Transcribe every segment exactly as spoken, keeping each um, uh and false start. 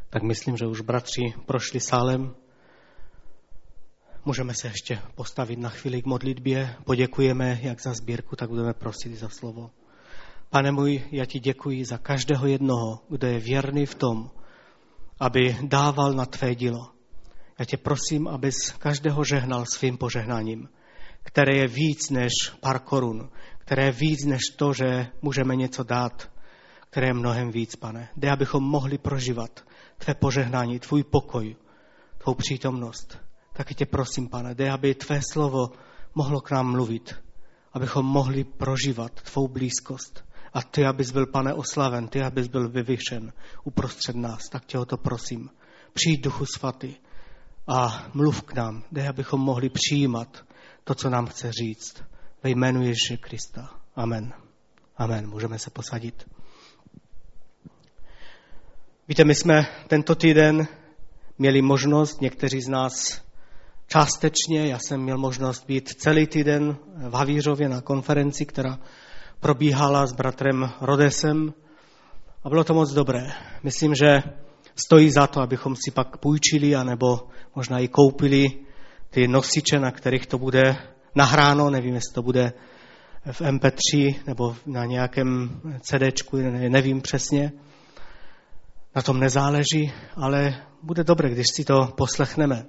Tak myslím, že už bratři prošli sálem. Můžeme se ještě postavit na chvíli k modlitbě. Poděkujeme jak za sbírku, tak budeme prosit za slovo. Pane můj, já ti děkuji za každého jednoho, kdo je věrný v tom, aby dával na tvé dílo. Já tě prosím, abys každého žehnal svým požehnáním, které je víc než pár korun, které je víc než to, že můžeme něco dát, které je mnohem víc, pane. Dej, abychom mohli prožívat tvé požehnání, tvůj pokoj, tvou přítomnost. Taky tě prosím, pane, dej, aby tvé slovo mohlo k nám mluvit, abychom mohli prožívat tvou blízkost. A ty, abys byl, pane, oslaven, ty, abys byl vyvyšen uprostřed nás, tak tě o to prosím. Přijď, Duchu Svatý, a mluv k nám, dej, abychom mohli přijímat to, co nám chce říct. Ve jménu Ježíše Krista. Amen. Amen. Můžeme se posadit. Víte, my jsme tento týden měli možnost, někteří z nás částečně, já jsem měl možnost být celý týden v Havířově na konferenci, která probíhala s bratrem Rodesem a bylo to moc dobré. Myslím, že stojí za to, abychom si pak půjčili anebo možná i koupili ty nosiče, na kterých to bude nahráno, nevím, jestli to bude v em pé tři nebo na nějakém CDčku, nevím přesně. Na tom nezáleží, ale bude dobré, když si to poslechneme.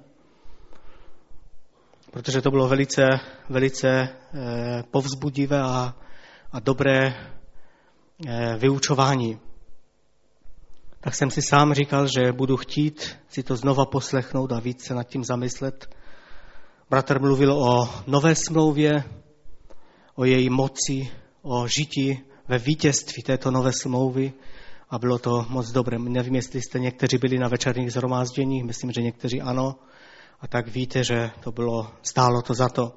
Protože to bylo velice, velice eh, povzbudivé a, a dobré eh, vyučování. Tak jsem si sám říkal, že budu chtít si to znova poslechnout a víc se nad tím zamyslet. Bratr mluvil o nové smlouvě, o její moci, o žití ve vítězství této nové smlouvy a bylo to moc dobré. Nevím, jestli jste někteří byli na večerních shromážděních, myslím, že někteří ano, a tak víte, že to bylo, stálo to za to.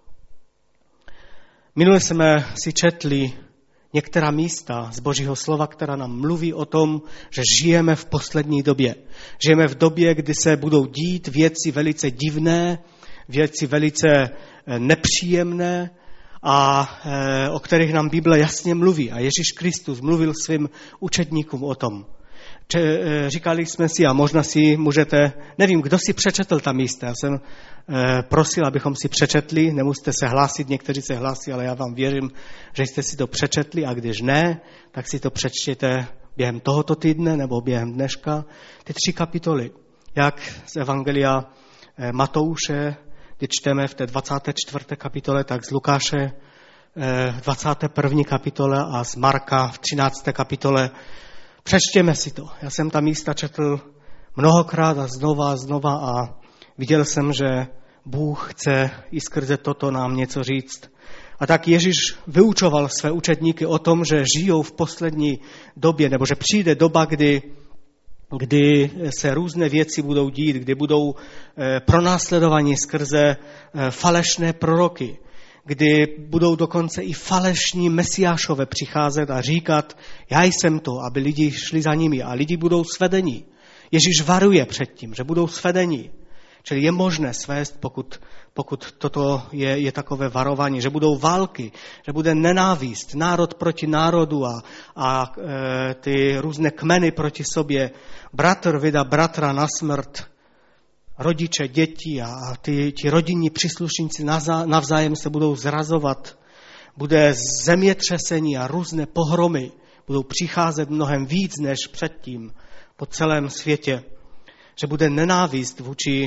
Minule jsme si četli některá místa z Božího slova, která nám mluví o tom, že žijeme v poslední době. Žijeme v době, kdy se budou dít věci velice divné, věci velice nepříjemné a e, o kterých nám Bible jasně mluví. A Ježíš Kristus mluvil svým učedníkům o tom. Če, e, říkali jsme si, a možná si můžete, nevím, kdo si přečetl ta místa. Já jsem e, prosil, abychom si přečetli, nemusíte se hlásit, někteří se hlásí, ale já vám věřím, že jste si to přečetli a když ne, tak si to přečtěte během tohoto týdne nebo během dneška. Ty tři kapitoly, jak z Evangelia e, Matouše, kdy čteme v té dvacáté čtvrté kapitole, tak z Lukáše v dvacáté první kapitole a z Marka v třinácté kapitole. Přečtěme si to. Já jsem ta místa četl mnohokrát a znova a znova a viděl jsem, že Bůh chce i skrze toto nám něco říct. A tak Ježíš vyučoval své učedníky o tom, že žijou v poslední době, nebo že přijde doba, kdy kdy se různé věci budou dít, kdy budou pronásledovaní skrze falešné proroky, kdy budou dokonce i falešní mesiášové přicházet a říkat, já jsem to, aby lidi šli za nimi a lidi budou svedeni. Ježíš varuje před tím, že budou svedeni. Čili je možné svést, pokud, pokud toto je, je takové varování, že budou války, že bude nenávist, národ proti národu a, a e, ty různé kmeny proti sobě. Bratr vydá bratra na smrt, rodiče, děti a ty, ti rodinní příslušníci navzájem se budou zrazovat. Bude zemětřesení a různé pohromy budou přicházet mnohem víc než předtím po celém světě. Že bude nenávist vůči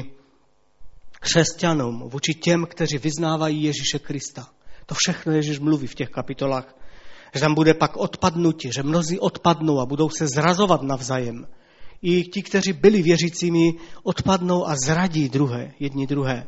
křesťanům, vůči těm, kteří vyznávají Ježíše Krista. To všechno Ježíš mluví v těch kapitolách. Že tam bude pak odpadnutí, že mnozí odpadnou a budou se zrazovat navzájem. I ti, kteří byli věřícími, odpadnou a zradí druhé, jedni druhé.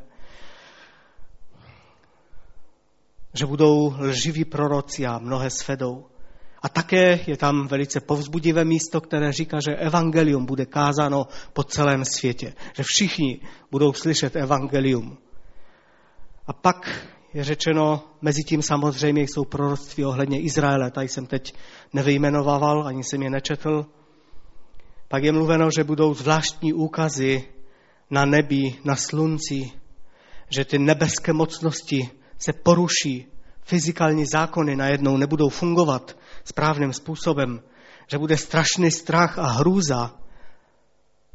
Že budou lživí proroci a mnohé svedou. A také je tam velice povzbudivé místo, které říká, že evangelium bude kázáno po celém světě. Že všichni budou slyšet evangelium. A pak je řečeno, mezi tím samozřejmě jsou proroctví ohledně Izraele. Tady jsem teď nevyjmenovával, ani jsem je nečetl. Pak je mluveno, že budou zvláštní úkazy na nebi, na slunci. Že ty nebeské mocnosti se poruší. Fyzikální zákony najednou nebudou fungovat správným způsobem, že bude strašný strach a hrůza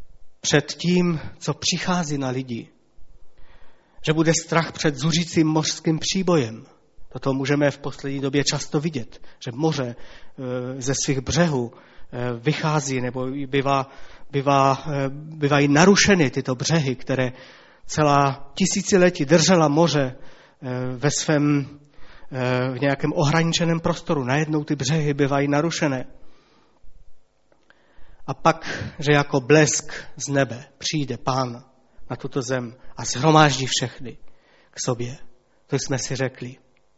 před tím, co přichází na lidi. Že bude strach před zuřícím mořským příbojem. Toto můžeme v poslední době často vidět, že moře ze svých břehů vychází nebo bývá, bývá, bývají narušeny tyto břehy, které celá tisíciletí držela moře ve svém v nějakém ohraničeném prostoru. Najednou ty břehy bývají narušené. A pak, že jako blesk z nebe přijde Pán na tuto zem a shromáždí všechny k sobě. To jsme si řekli.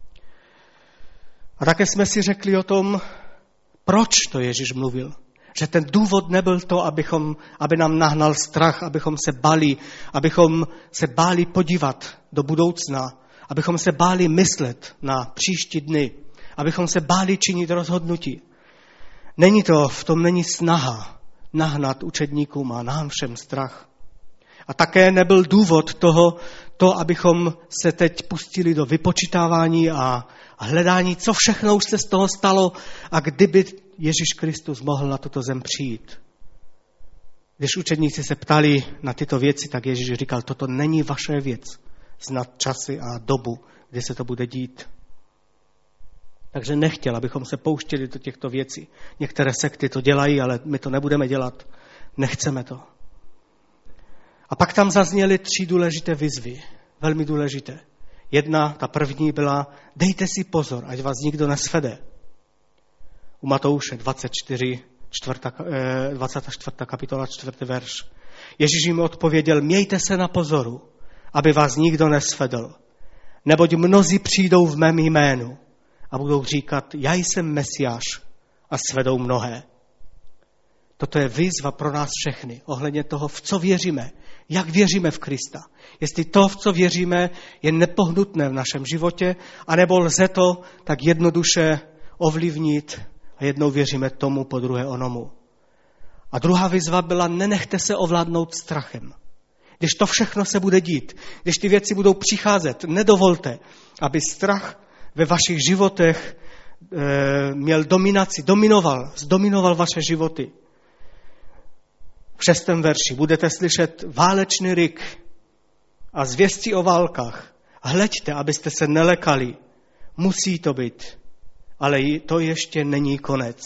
A také jsme si řekli o tom, proč to Ježíš mluvil. Že ten důvod nebyl to, abychom, aby nám nahnal strach, abychom se báli, abychom se báli podívat do budoucna, abychom se báli myslet na příští dny, abychom se báli činit rozhodnutí. Není to, v tom není snaha nahnat učedníkům a nám všem strach. A také nebyl důvod toho, to, abychom se teď pustili do vypočítávání a hledání, co všechno už se z toho stalo a kdyby Ježíš Kristus mohl na tuto zem přijít. Když učedníci se ptali na tyto věci, tak Ježíš říkal, toto není vaše věc, znát časy a dobu, kdy se to bude dít. Takže nechtěl, abychom se pouštěli do těchto věcí. Některé sekty to dělají, ale my to nebudeme dělat. Nechceme to. A pak tam zazněly tři důležité výzvy. Velmi důležité. Jedna, ta první byla, dejte si pozor, ať vás nikdo nesvede. U Matouše dvacet čtyři, čtvrtá, dvacátá čtvrtá kapitola, čtvrtý verš. Ježíš jim odpověděl, mějte se na pozoru, aby vás nikdo nesvedl. Neboť mnozí přijdou v mém jménu a budou říkat, já jsem Mesiáš a svedou mnohé. Toto je výzva pro nás všechny, ohledně toho, v co věříme, jak věříme v Krista. Jestli to, v co věříme, je nepohnutné v našem životě, anebo lze to tak jednoduše ovlivnit a jednou věříme tomu, po druhé onomu. A druhá výzva byla, nenechte se ovládnout strachem. Když to všechno se bude dít, když ty věci budou přicházet, nedovolte, aby strach ve vašich životech e, měl dominaci, dominoval, zdominoval vaše životy. V šestém verši budete slyšet válečný ryk a zvěstí o válkách. Hleďte, abyste se nelekali. Musí to být, ale to ještě není konec.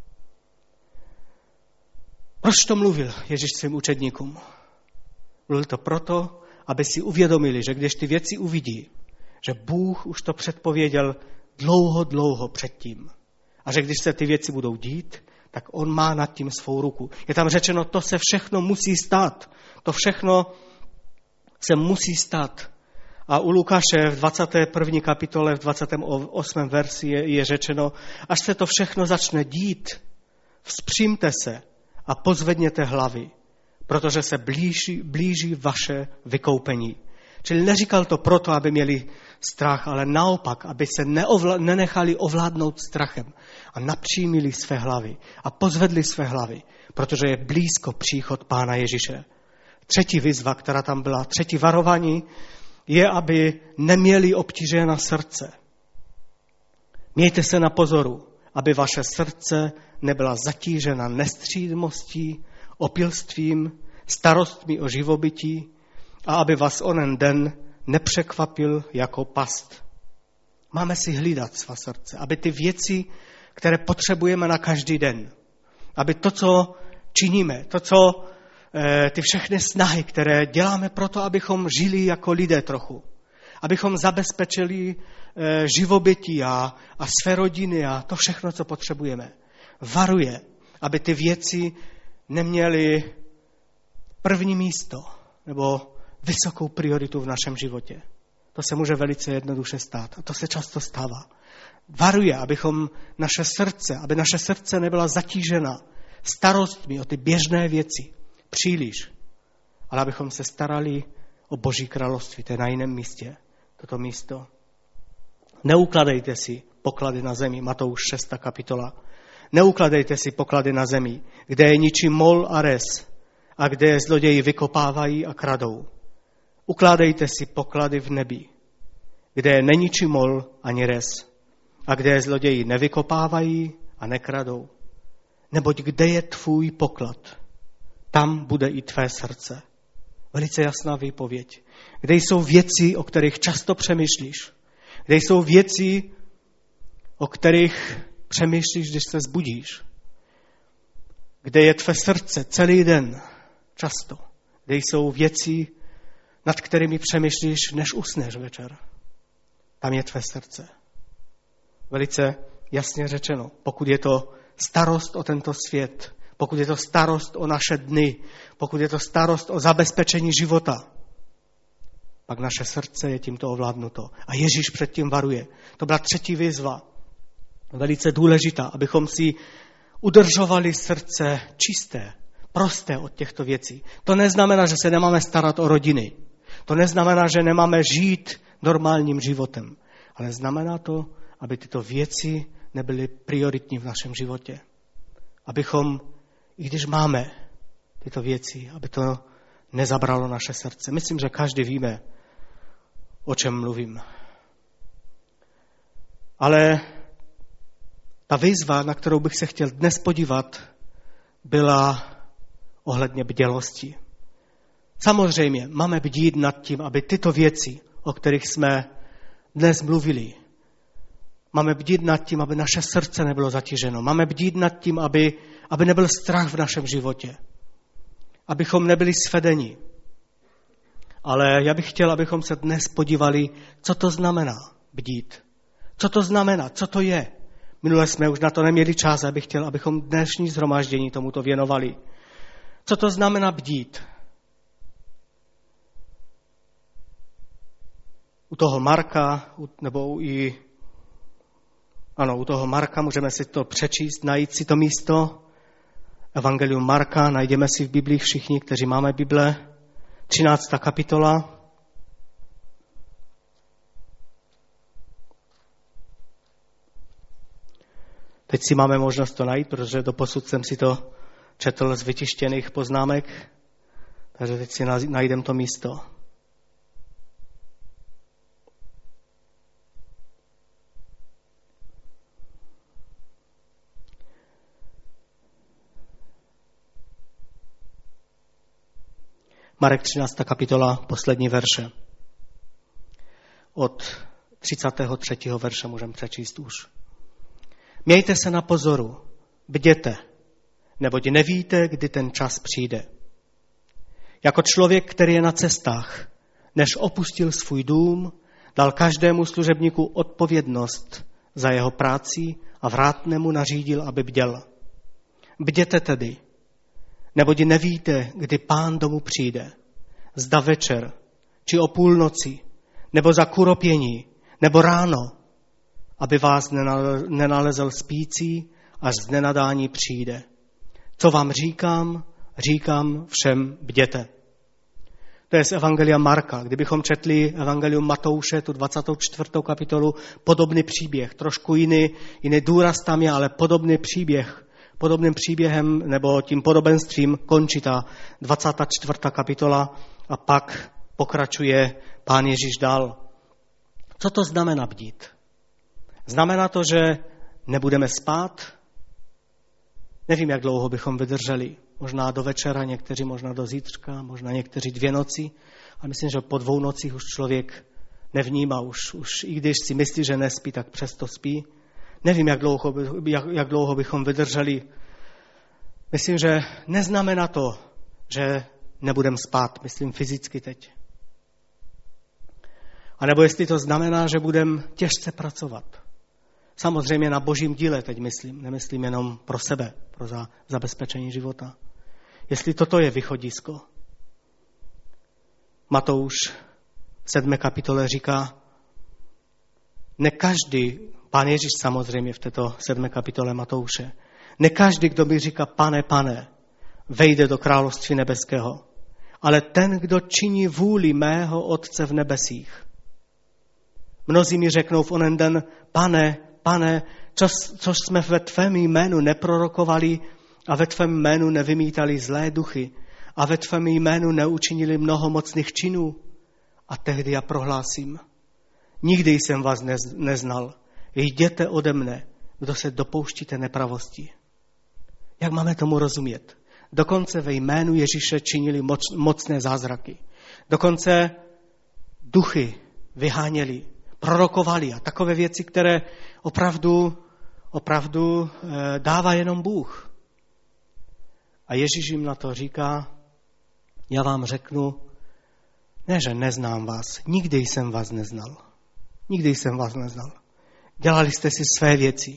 Proč to mluvil Ježíš svým učedníkům? Mluvil to proto, aby si uvědomili, že když ty věci uvidí, že Bůh už to předpověděl dlouho, dlouho předtím. A že když se ty věci budou dít, tak on má nad tím svou ruku. Je tam řečeno, to se všechno musí stát. To všechno se musí stát. A u Lukáše v dvacáté první kapitole, v dvacátém osmém verši je, je řečeno, až se to všechno začne dít, vzpřímte se a pozvedněte hlavy, protože se blíží, blíží vaše vykoupení. Čili neříkal to proto, aby měli strach, ale naopak, aby se neovla- nenechali ovládnout strachem a napřímili své hlavy a pozvedli své hlavy, protože je blízko příchod Pána Ježíše. Třetí výzva, která tam byla, třetí varování, je, aby neměli obtížená srdce. Mějte se na pozoru, aby vaše srdce nebyla zatížena nestřídmostí, opilstvím, starostmi o živobytí a aby vás onen den nepřekvapil jako past. Máme si hlídat svá srdce, aby ty věci, které potřebujeme na každý den, aby to, co činíme, to, co ty všechny snahy, které děláme proto, abychom žili jako lidé trochu, abychom zabezpečili živobytí a, a své rodiny a to všechno, co potřebujeme. Varuje, aby ty věci neměly první místo nebo vysokou prioritu v našem životě. To se může velice jednoduše stát a to se často stává. Varuje, abychom naše srdce, aby naše srdce nebyla zatížena starostmi o ty běžné věci, příliš, ale abychom se starali o Boží království, to je na jiném místě, toto místo. Neukladejte si poklady na zemi, Matouš šestá kapitola. Neukladejte si poklady na zemi, kde je ničí mol a res a kde zloději vykopávají a kradou. Ukládejte si poklady v nebi, kde není či mol ani res a kde zloději nevykopávají a nekradou. Neboť kde je tvůj poklad, tam bude i tvé srdce. Velice jasná výpověď. Kde jsou věci, o kterých často přemýšlíš. Kde jsou věci, o kterých přemýšlíš, když se zbudíš. Kde je tvé srdce celý den, často. Kde jsou věci, nad kterými přemýšlíš, než usneš večer. Tam je tvé srdce. Velice jasně řečeno, pokud je to starost o tento svět, pokud je to starost o naše dny, pokud je to starost o zabezpečení života, pak naše srdce je tímto ovládnuto. A Ježíš předtím varuje. To byla třetí výzva, velice důležitá, abychom si udržovali srdce čisté, prosté od těchto věcí. To neznamená, že se nemáme starat o rodiny. To neznamená, že nemáme žít normálním životem. Ale znamená to, aby tyto věci nebyly prioritní v našem životě. Abychom, i když máme tyto věci, aby to nezabralo naše srdce. Myslím, že každý víme, o čem mluvím. Ale ta výzva, na kterou bych se chtěl dnes podívat, byla ohledně bdělosti. Samozřejmě máme bdít nad tím, aby tyto věci, o kterých jsme dnes mluvili, máme bdít nad tím, aby naše srdce nebylo zatíženo. Máme bdít nad tím, aby, aby nebyl strach v našem životě. Abychom nebyli svedeni. Ale já bych chtěl, abychom se dnes podívali, co to znamená bdít. Co to znamená, co to je. Minule jsme už na to neměli čas, abych chtěl, abychom dnešní shromáždění tomuto věnovali. Co to znamená bdít? U toho Marka, nebo i ano, u toho Marka můžeme si to přečíst, najít si to místo. Evangelium Marka, najdeme si v Biblii všichni, kteří máme Bible. třináctá kapitola. Teď si máme možnost to najít, protože doposud jsem si to četl z vytištěných poznámek. Takže teď si najdem to místo. Marek třináctá kapitola, poslední verše. Od třicátého třetího verše můžeme přečíst už. Mějte se na pozoru, bděte, neboť nevíte, kdy ten čas přijde. Jako člověk, který je na cestách, než opustil svůj dům, dal každému služebníku odpovědnost za jeho práci a vrátnému nařídil, aby bděl. Bděte tedy, neboť nevíte, kdy Pán domů přijde. Zda večer, či o půlnoci, nebo za kuropění, nebo ráno, aby vás nenalezl spící, až z nenadání přijde. Co vám říkám, říkám všem bděte. To je z Evangelia Marka. Kdybychom četli Evangelium Matouše, tu dvacátou čtvrtou kapitolu, podobný příběh, trošku jiný, jiný důraz tam je, ale podobný příběh. Podobným příběhem nebo tím podobenstvím končí ta dvacátá čtvrtá kapitola a pak pokračuje Pán Ježíš dál. Co to znamená bdít? Znamená to, že nebudeme spát? Nevím, jak dlouho bychom vydrželi. Možná do večera, někteří možná do zítřka, možná někteří dvě noci. A myslím, že po dvou nocích už člověk nevnímá. Už, už i když si myslí, že nespí, tak přesto spí. Nevím, jak dlouho, jak, jak dlouho bychom vydrželi. Myslím, že neznamená to, že nebudeme spát. Myslím fyzicky teď. A nebo jestli to znamená, že budeme těžce pracovat. Samozřejmě na božím díle teď myslím. Nemyslím jenom pro sebe, pro za, zabezpečení života. Jestli toto je východisko. Matouš v sedmé kapitole říká, ne každý, Pán Ježíš samozřejmě v této sedmé kapitole Matouše, ne každý, kdo mi říká pane, pane, vejde do království nebeského, ale ten, kdo činí vůli mého Otce v nebesích. Mnozí mi řeknou v onen den, pane, pane, co, což jsme ve tvém jménu neprorokovali a ve tvém jménu nevymítali zlé duchy a ve tvém jménu neučinili mnoho mocných činů. A tehdy já prohlásím, nikdy jsem vás neznal. Jděte ode mne, kdo se dopouštíte nepravosti. Jak máme tomu rozumět? Dokonce ve jménu Ježíše činili moc, mocné zázraky. Dokonce duchy vyháněli, prorokovali a takové věci, které opravdu, opravdu e, dává jenom Bůh. A Ježíš jim na to říká, já vám řeknu, ne, že neznám vás, nikdy jsem vás neznal. Nikdy jsem vás neznal. Dělali jste si své věci.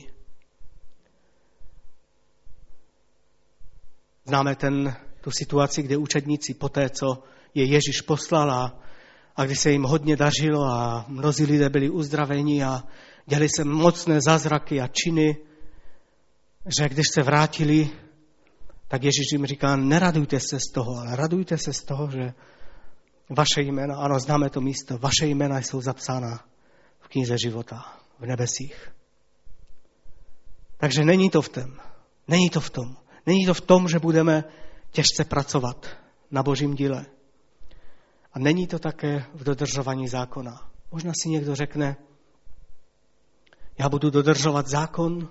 Známe ten, tu situaci, kde učedníci poté, co je Ježíš poslal a, a kdy se jim hodně dařilo a mnozí lidé byli uzdraveni a dělali se mocné zázraky a činy, že když se vrátili, tak Ježíš jim říká, neradujte se z toho, ale radujte se z toho, že vaše jména, ano, známe to místo, vaše jména jsou zapsána v knize života, v nebesích. Takže není to v tom. Není to v tom. Není to v tom, že budeme těžce pracovat na Božím díle. A není to také v dodržování zákona. Možná si někdo řekne, já budu dodržovat zákon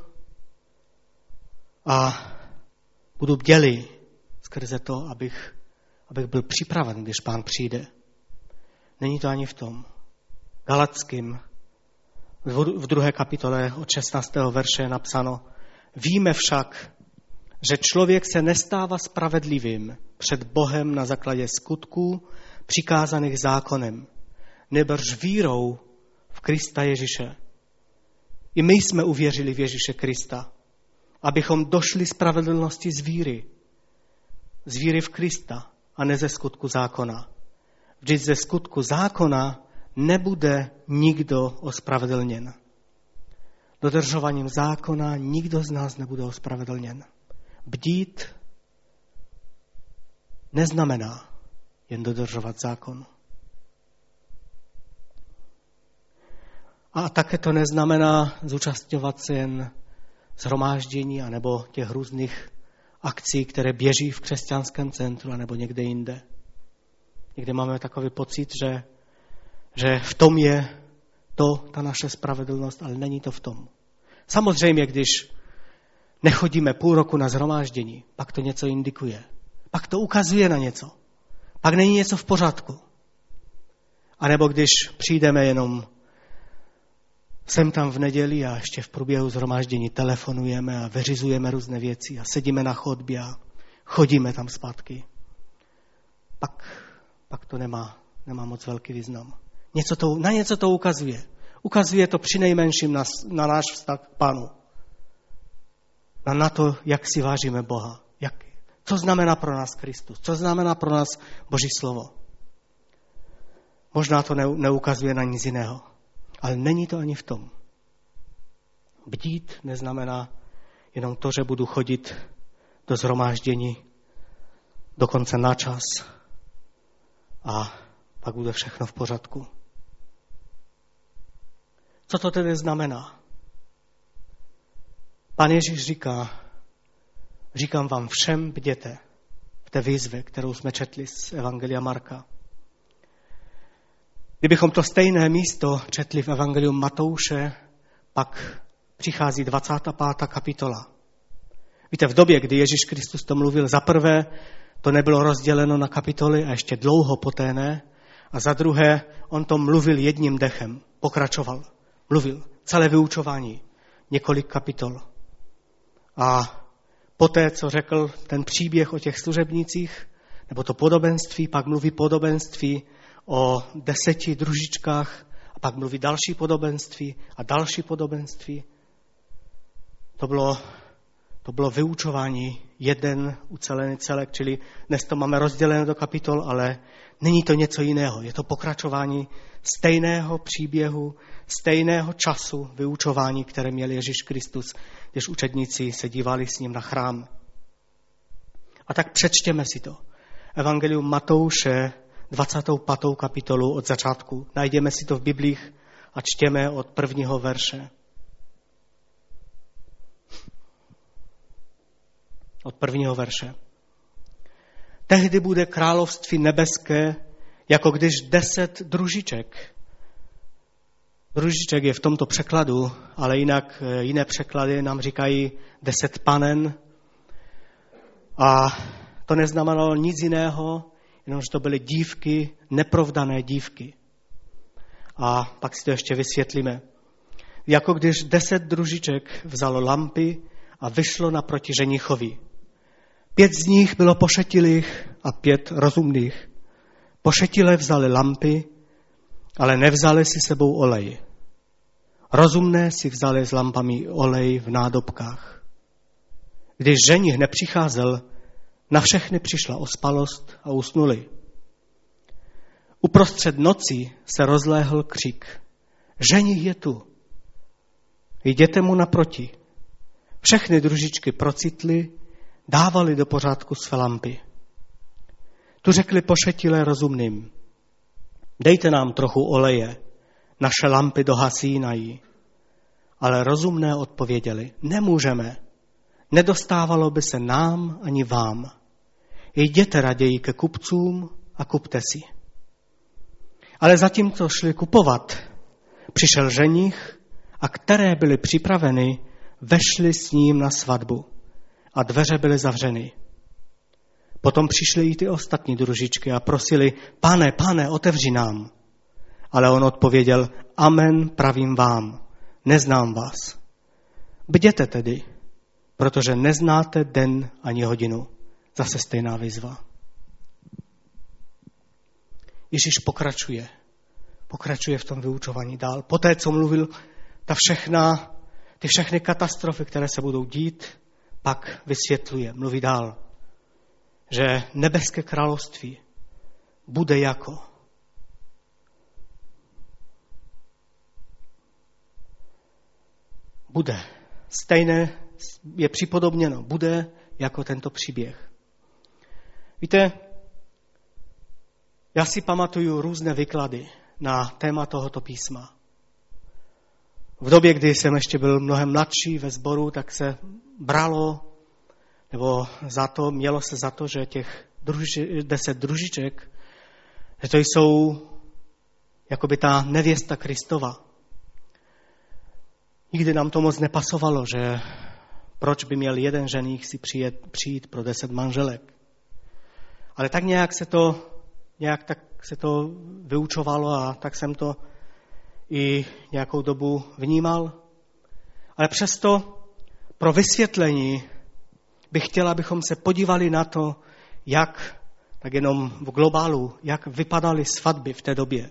a budu bdělý skrze to, abych, abych byl připraven, když Pán přijde. Není to ani v tom. Galackým v druhé kapitole od šestnáctého verše je napsáno, víme však, že člověk se nestává spravedlivým před Bohem na základě skutků přikázaných zákonem, nýbrž vírou v Krista Ježíše. I my jsme uvěřili v Ježíše Krista, abychom došli spravedlnosti z víry. Z víry v Krista a ne ze skutku zákona. Vždyť ze skutku zákona nebude nikdo ospravedlněn. Dodržováním zákona nikdo z nás nebude ospravedlněn. Bdít neznamená jen dodržovat zákon. A také to neznamená zúčastňovat se jen shromáždění anebo těch různých akcí, které běží v křesťanském centru anebo někde jinde. Někde máme takový pocit, že, že v tom je to, ta naše spravedlnost, ale není to v tom. Samozřejmě, když nechodíme půl roku na shromáždění, pak to něco indikuje. Pak to ukazuje na něco. Pak není něco v pořádku. A nebo když přijdeme jenom sem tam v neděli a ještě v průběhu shromáždění telefonujeme a vyřizujeme různé věci a sedíme na chodbě a chodíme tam zpátky. Pak, pak to nemá, nemá moc velký význam. Něco to, na něco to ukazuje. Ukazuje to přinejmenším na, na náš vztah k Pánu. Na, na to, jak si vážíme Boha. Jak, co znamená pro nás Kristus. Co znamená pro nás Boží slovo. Možná to ne, neukazuje na nic jiného. Ale není to ani v tom. Bdít neznamená jenom to, že budu chodit do shromáždění dokonce na čas a pak bude všechno v pořádku. Co to tedy znamená? Pán Ježíš říká, říkám vám všem, bděte v té výzvě, kterou jsme četli z Evangelia Marka. Kdybychom to stejné místo četli v Evangeliu Matouše, pak přichází dvacátá pátá kapitola. Víte, v době, kdy Ježíš Kristus to mluvil, za prvé to nebylo rozděleno na kapitoly a ještě dlouho poté ne. A za druhé, on to mluvil jedním dechem, pokračoval, mluvil celé vyučování, několik kapitol. A poté, co řekl ten příběh o těch služebnících, nebo to podobenství, pak mluví podobenství o deseti družičkách a pak mluví další podobenství a další podobenství. To bylo, to bylo vyučování, jeden ucelený celek, čili dnes to máme rozdělené do kapitol, ale není to něco jiného. Je to pokračování stejného příběhu, stejného času vyučování, které měl Ježíš Kristus, když učedníci se dívali s ním na chrám. A tak přečtěme si to. Evangelium Matouše, dvacátou pátou kapitolu od začátku. Najdeme si to v Biblích a čtěme od prvního verše. Od prvního verše. Tehdy bude království nebeské, jako když deset družiček. Družiček je v tomto překladu, ale jinak jiné překlady nám říkají deset panen. A to neznamenalo nic jiného, jenom že to byly dívky, neprovdané dívky. A pak si to ještě vysvětlíme. Jako když deset družiček vzalo lampy a vyšlo naproti ženichovi. Pět z nich bylo pošetilých a pět rozumných. Pošetilé vzali lampy, ale nevzali si sebou olej. Rozumné si vzali s lampami olej v nádobkách. Když ženich nepřicházel, na všechny přišla ospalost a usnuli. Uprostřed noci se rozléhl křik. Ženich je tu. Jděte mu naproti. Všechny družičky procitly, dávali do pořádku své lampy. Tu řekli pošetilé rozumným. Dejte nám trochu oleje, naše lampy dohasínají. Ale rozumné odpověděli, nemůžeme. Nedostávalo by se nám ani vám. Jděte raději ke kupcům a kupte si. Ale zatímco šli kupovat, přišel ženich a které byly připraveny, vešli s ním na svatbu a dveře byly zavřeny. Potom přišly i ty ostatní družičky a prosili, pane, pane, otevři nám. Ale on odpověděl, amen, pravím vám, neznám vás. Bděte tedy, protože neznáte den ani hodinu. Zase stejná výzva. Ježíš pokračuje. Pokračuje v tom vyučování dál. Poté, co mluvil ta všechna, ty všechny katastrofy, které se budou dít, pak vysvětluje, mluví dál, že nebeské království bude jako bude stejné, je připodobněno, bude jako tento příběh. Víte, já si pamatuju různé výklady na téma tohoto písma. V době, kdy jsem ještě byl mnohem mladší ve sboru, tak se bralo, nebo za to, mělo se za to, že těch druži, deset družiček, že to jsou jakoby ta nevěsta Kristova. Nikdy nám to moc nepasovalo, že proč by měl jeden ženich si přijet, přijít pro deset manželek. Ale tak nějak se to, nějak tak se to vyučovalo a tak jsem to i nějakou dobu vnímal. Ale přesto pro vysvětlení bych chtěl, abychom se podívali na to, jak, tak jenom v globálu, jak vypadaly svatby v té době.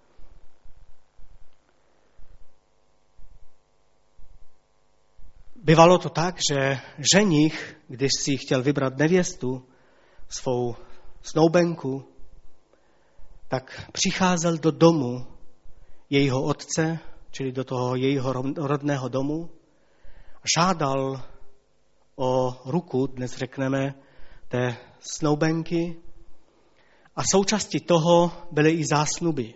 Bývalo to tak, že ženich, když si chtěl vybrat nevěstu, svou snoubenku, tak přicházel do domu jejího otce, čili do toho jejího rodného domu, žádal o ruku, dnes řekneme, té snoubenky a součástí toho byly i zásnuby,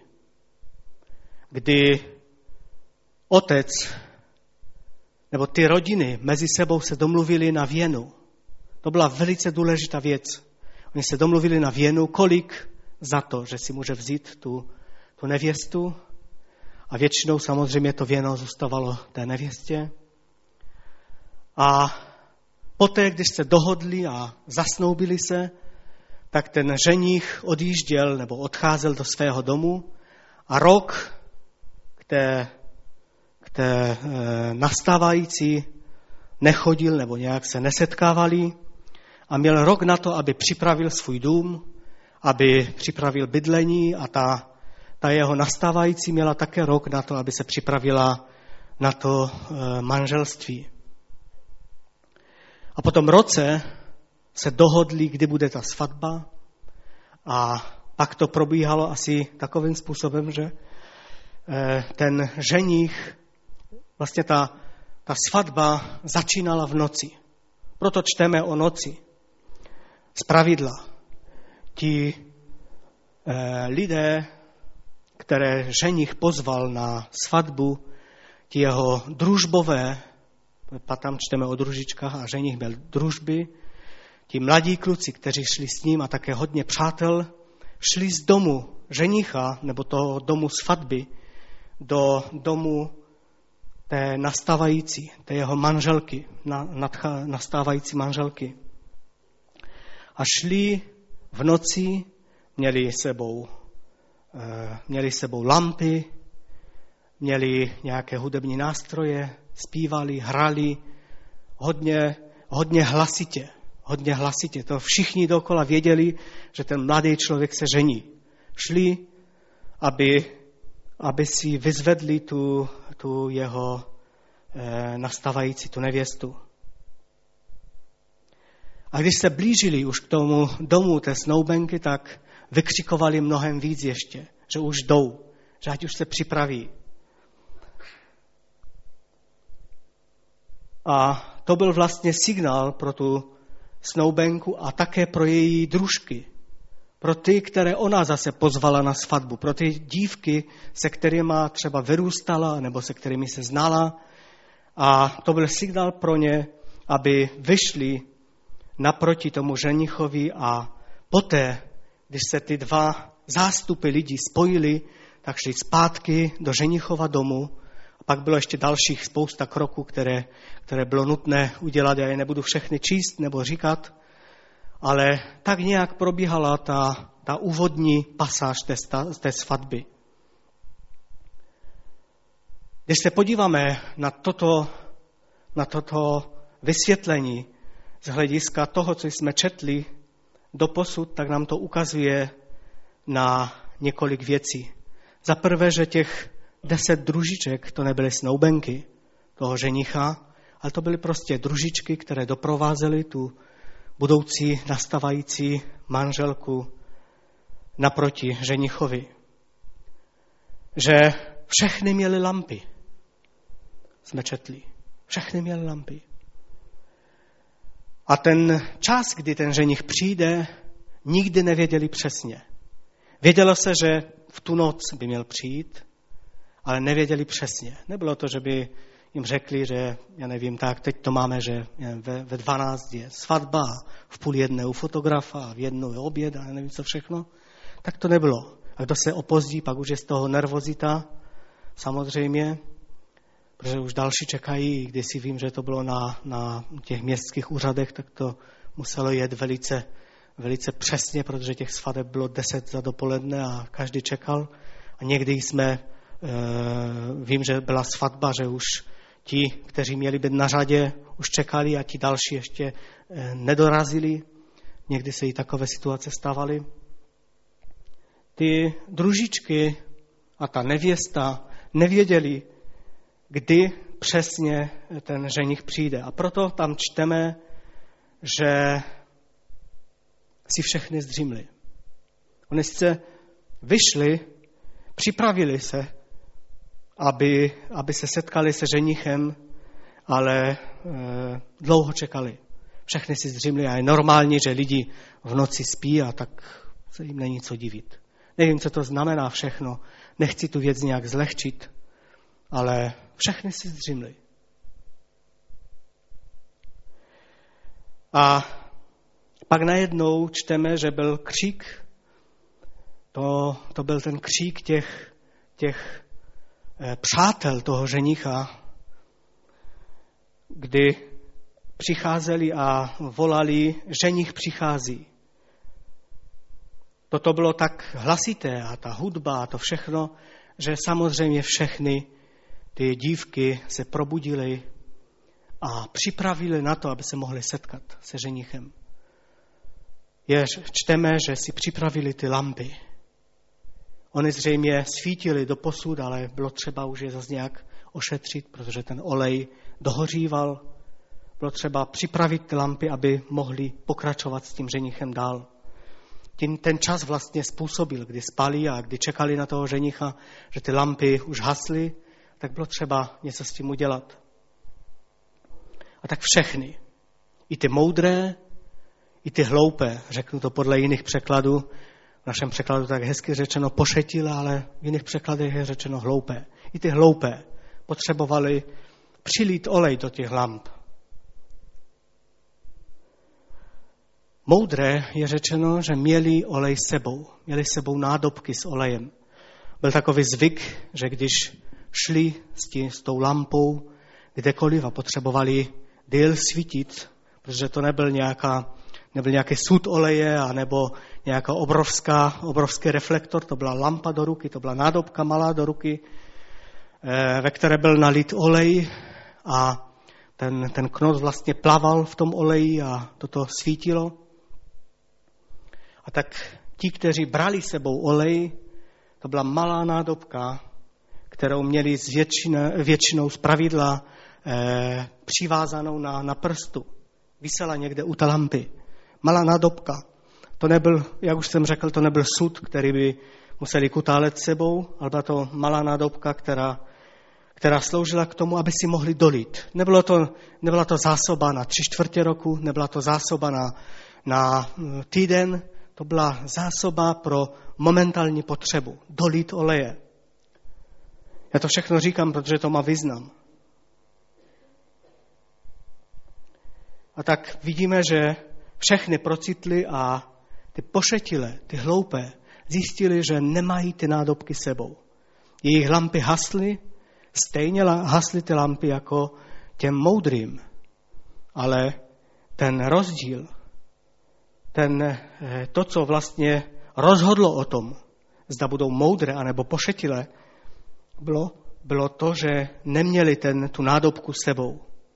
kdy otec nebo ty rodiny mezi sebou se domluvili na věnu. To byla velice důležitá věc. Oni se domluvili na věnu, kolik za to, že si může vzít tu, tu nevěstu. A většinou samozřejmě to věno zůstávalo té nevěstě. A poté, když se dohodli a zasnoubili se, tak ten ženich odjížděl nebo odcházel do svého domu a rok k té, k té e, nastávající nechodil nebo nějak se nesetkávali a měl rok na to, aby připravil svůj dům, aby připravil bydlení a ta, ta jeho nastávající měla také rok na to, aby se připravila na to e, manželství. A po tom roce se dohodli, kdy bude ta svatba a pak to probíhalo asi takovým způsobem, že ten ženich, vlastně ta, ta svatba začínala v noci. Proto čteme o noci. Zpravidla. Ti eh, lidé, které ženich pozval na svatbu, ti jeho družbové, tam čteme o družičkách a ženich byl družby, ti mladí kluci, kteří šli s ním a také hodně přátel, šli z domu ženicha nebo toho domu svatby do domu té nastávající, té jeho manželky, na, nadcha, nastávající manželky. a šli v noci, měli sebou, měli sebou lampy, měli nějaké hudební nástroje, zpívali, hrali hodně, hodně hlasitě. Hodně hlasitě. To všichni dokola věděli, že ten mladý člověk se žení. Šli, aby, aby si vyzvedli tu, tu jeho eh, nastávající, tu nevěstu. A když se blížili už k tomu domu té snoubenky, tak vykřikovali mnohem víc ještě, že už jdou, že ať už se připraví. A to byl vlastně signál pro tu snoubenku a také pro její družky. Pro ty, které ona zase pozvala na svatbu. Pro ty dívky, se kterými třeba vyrůstala nebo se kterými se znala. A to byl signál pro ně, aby vyšli naproti tomu ženichovi a poté, když se ty dva zástupy lidí spojili, tak šli zpátky do ženichova domu. A pak bylo ještě dalších spousta kroků, které, které bylo nutné udělat. Já je nebudu všechny číst nebo říkat, ale tak nějak probíhala ta, ta úvodní pasáž té, té svatby. Když se podíváme na toto, na toto vysvětlení z hlediska toho, co jsme četli doposud, tak nám to ukazuje na několik věcí. Za prvé, že těch deset družiček to nebyly snoubenky toho ženicha, ale to byly prostě družičky, které doprovázely tu budoucí nastávající manželku naproti ženichovi. Že všechny měly lampy. Jsme četli. Všechny měly lampy. A ten čas, kdy ten ženich přijde, nikdy nevěděli přesně. Vědělo se, že v tu noc by měl přijít, ale nevěděli přesně. Nebylo to, že by jim řekli, že, já nevím, tak teď to máme, že ve, ve dvanáct je svatba, v půl jedné u fotografa, v jednu je oběd a nevím co všechno. Tak to nebylo. A kdo se opozdí, pak už je z toho nervozita, samozřejmě, protože už další čekají, když si vím, že to bylo na, na těch městských úřadech, tak to muselo jet velice, velice přesně, protože těch svateb bylo deset za dopoledne a každý čekal. A někdy jsme, e, vím, že byla svatba, že už ti, kteří měli být na řadě, už čekali a ti další ještě e, nedorazili. Někdy se i takové situace stávaly. Ty družičky a ta nevěsta nevěděli, kdy přesně ten ženich přijde. A proto tam čteme, že si všechny zdřímli. Oni se vyšli, připravili se, aby, aby se setkali se ženichem, ale e, dlouho čekali. Všechny si zdřímli a je normální, že lidi v noci spí a tak se jim není co divit. Nevím, co to znamená všechno. Nechci tu věc nějak zlehčit, ale všechny si zdřímli. A pak najednou čteme, že byl křík, to, to byl ten křík těch, těch eh, přátel toho ženicha, kdy přicházeli a volali, ženich přichází. Toto bylo tak hlasité a ta hudba a to všechno, že samozřejmě všechny ty dívky se probudily a připravili na to, aby se mohli setkat se ženichem. Je, čteme, že si připravili ty lampy. Oni zřejmě svítili do posud, ale bylo třeba už je zase nějak ošetřit, protože ten olej dohoříval. Bylo třeba připravit ty lampy, aby mohli pokračovat s tím ženichem dál. Tím ten čas vlastně způsobil, kdy spali a kdy čekali na toho ženicha, že ty lampy už hasly, tak bylo třeba něco s tím udělat. A tak všechny, i ty moudré, i ty hloupé, řeknu to podle jiných překladů, v našem překladu tak hezky řečeno pošetilé, ale v jiných překladech je řečeno hloupé. I ty hloupé potřebovali přilít olej do těch lamp. Moudré je řečeno, že měli olej sebou, měli sebou nádobky s olejem. Byl takový zvyk, že když šli s, tí, s tou lampou kdekoliv a potřebovali déle svítit, protože to nebyl nějaká nebyl nějaký sud oleje, anebo nějaká obrovská, obrovský reflektor, to byla lampa do ruky, to byla nádobka malá do ruky, ve které byl nalit olej a ten, ten knot vlastně plaval v tom oleji a toto svítilo. A tak ti, kteří brali sebou olej, to byla malá nádobka, kterou měli z většine, většinou z pravidla eh, přivázanou na, na prstu. Visela někde u té lampy. Malá nádobka. To nebyl, jak už jsem řekl, to nebyl sud, který by museli kutálet sebou, ale byla to malá nádobka, která, která sloužila k tomu, aby si mohli dolit. Nebylo to, nebyla to zásoba na tři čtvrtě roku, nebyla to zásoba na, na týden, to byla zásoba pro momentální potřebu. Dolit oleje. Já to všechno říkám, protože to má význam. A tak vidíme, že všechny procitli a ty pošetilé, ty hloupé, zjistili, že nemají ty nádobky sebou. Jejich lampy hasly, stejně hasly ty lampy jako těm moudrým. Ale ten rozdíl, ten, to, co vlastně rozhodlo o tom, zda budou moudré anebo pošetilé, bylo, bylo to, že neměli ten, tu nádobku sebou.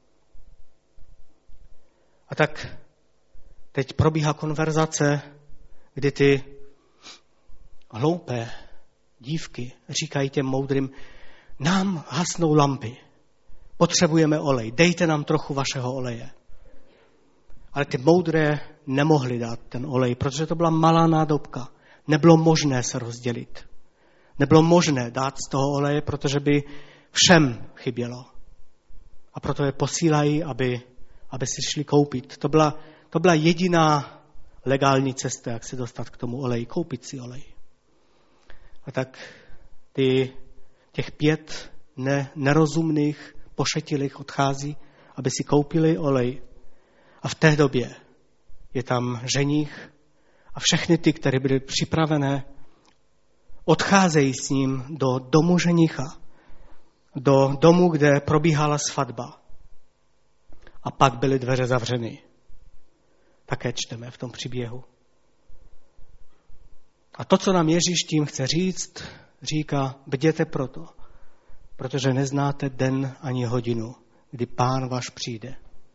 A tak teď probíhá konverzace, kdy ty hloupé dívky říkají těm moudrým, nám hasnou lampy, potřebujeme olej, dejte nám trochu vašeho oleje. Ale ty moudré nemohli dát ten olej, protože to byla malá nádobka. Nebylo možné se rozdělit. Nebylo možné dát z toho oleje, protože by všem chybělo. A proto je posílají, aby, aby si šli koupit. To byla, to byla jediná legální cesta, jak se dostat k tomu oleji, koupit si olej. A tak ty, těch pět ne, nerozumných, pošetilých odchází, aby si koupili olej. A v té době je tam ženích a všechny ty, které byly připravené, odcházejí s ním do domu ženicha, do domu, kde probíhala svatba. A pak byly dveře zavřeny. Také čteme v tom příběhu. A to, co nám Ježíš tím chce říct, říká, bděte proto, protože neznáte den ani hodinu, kdy Pán váš přijde.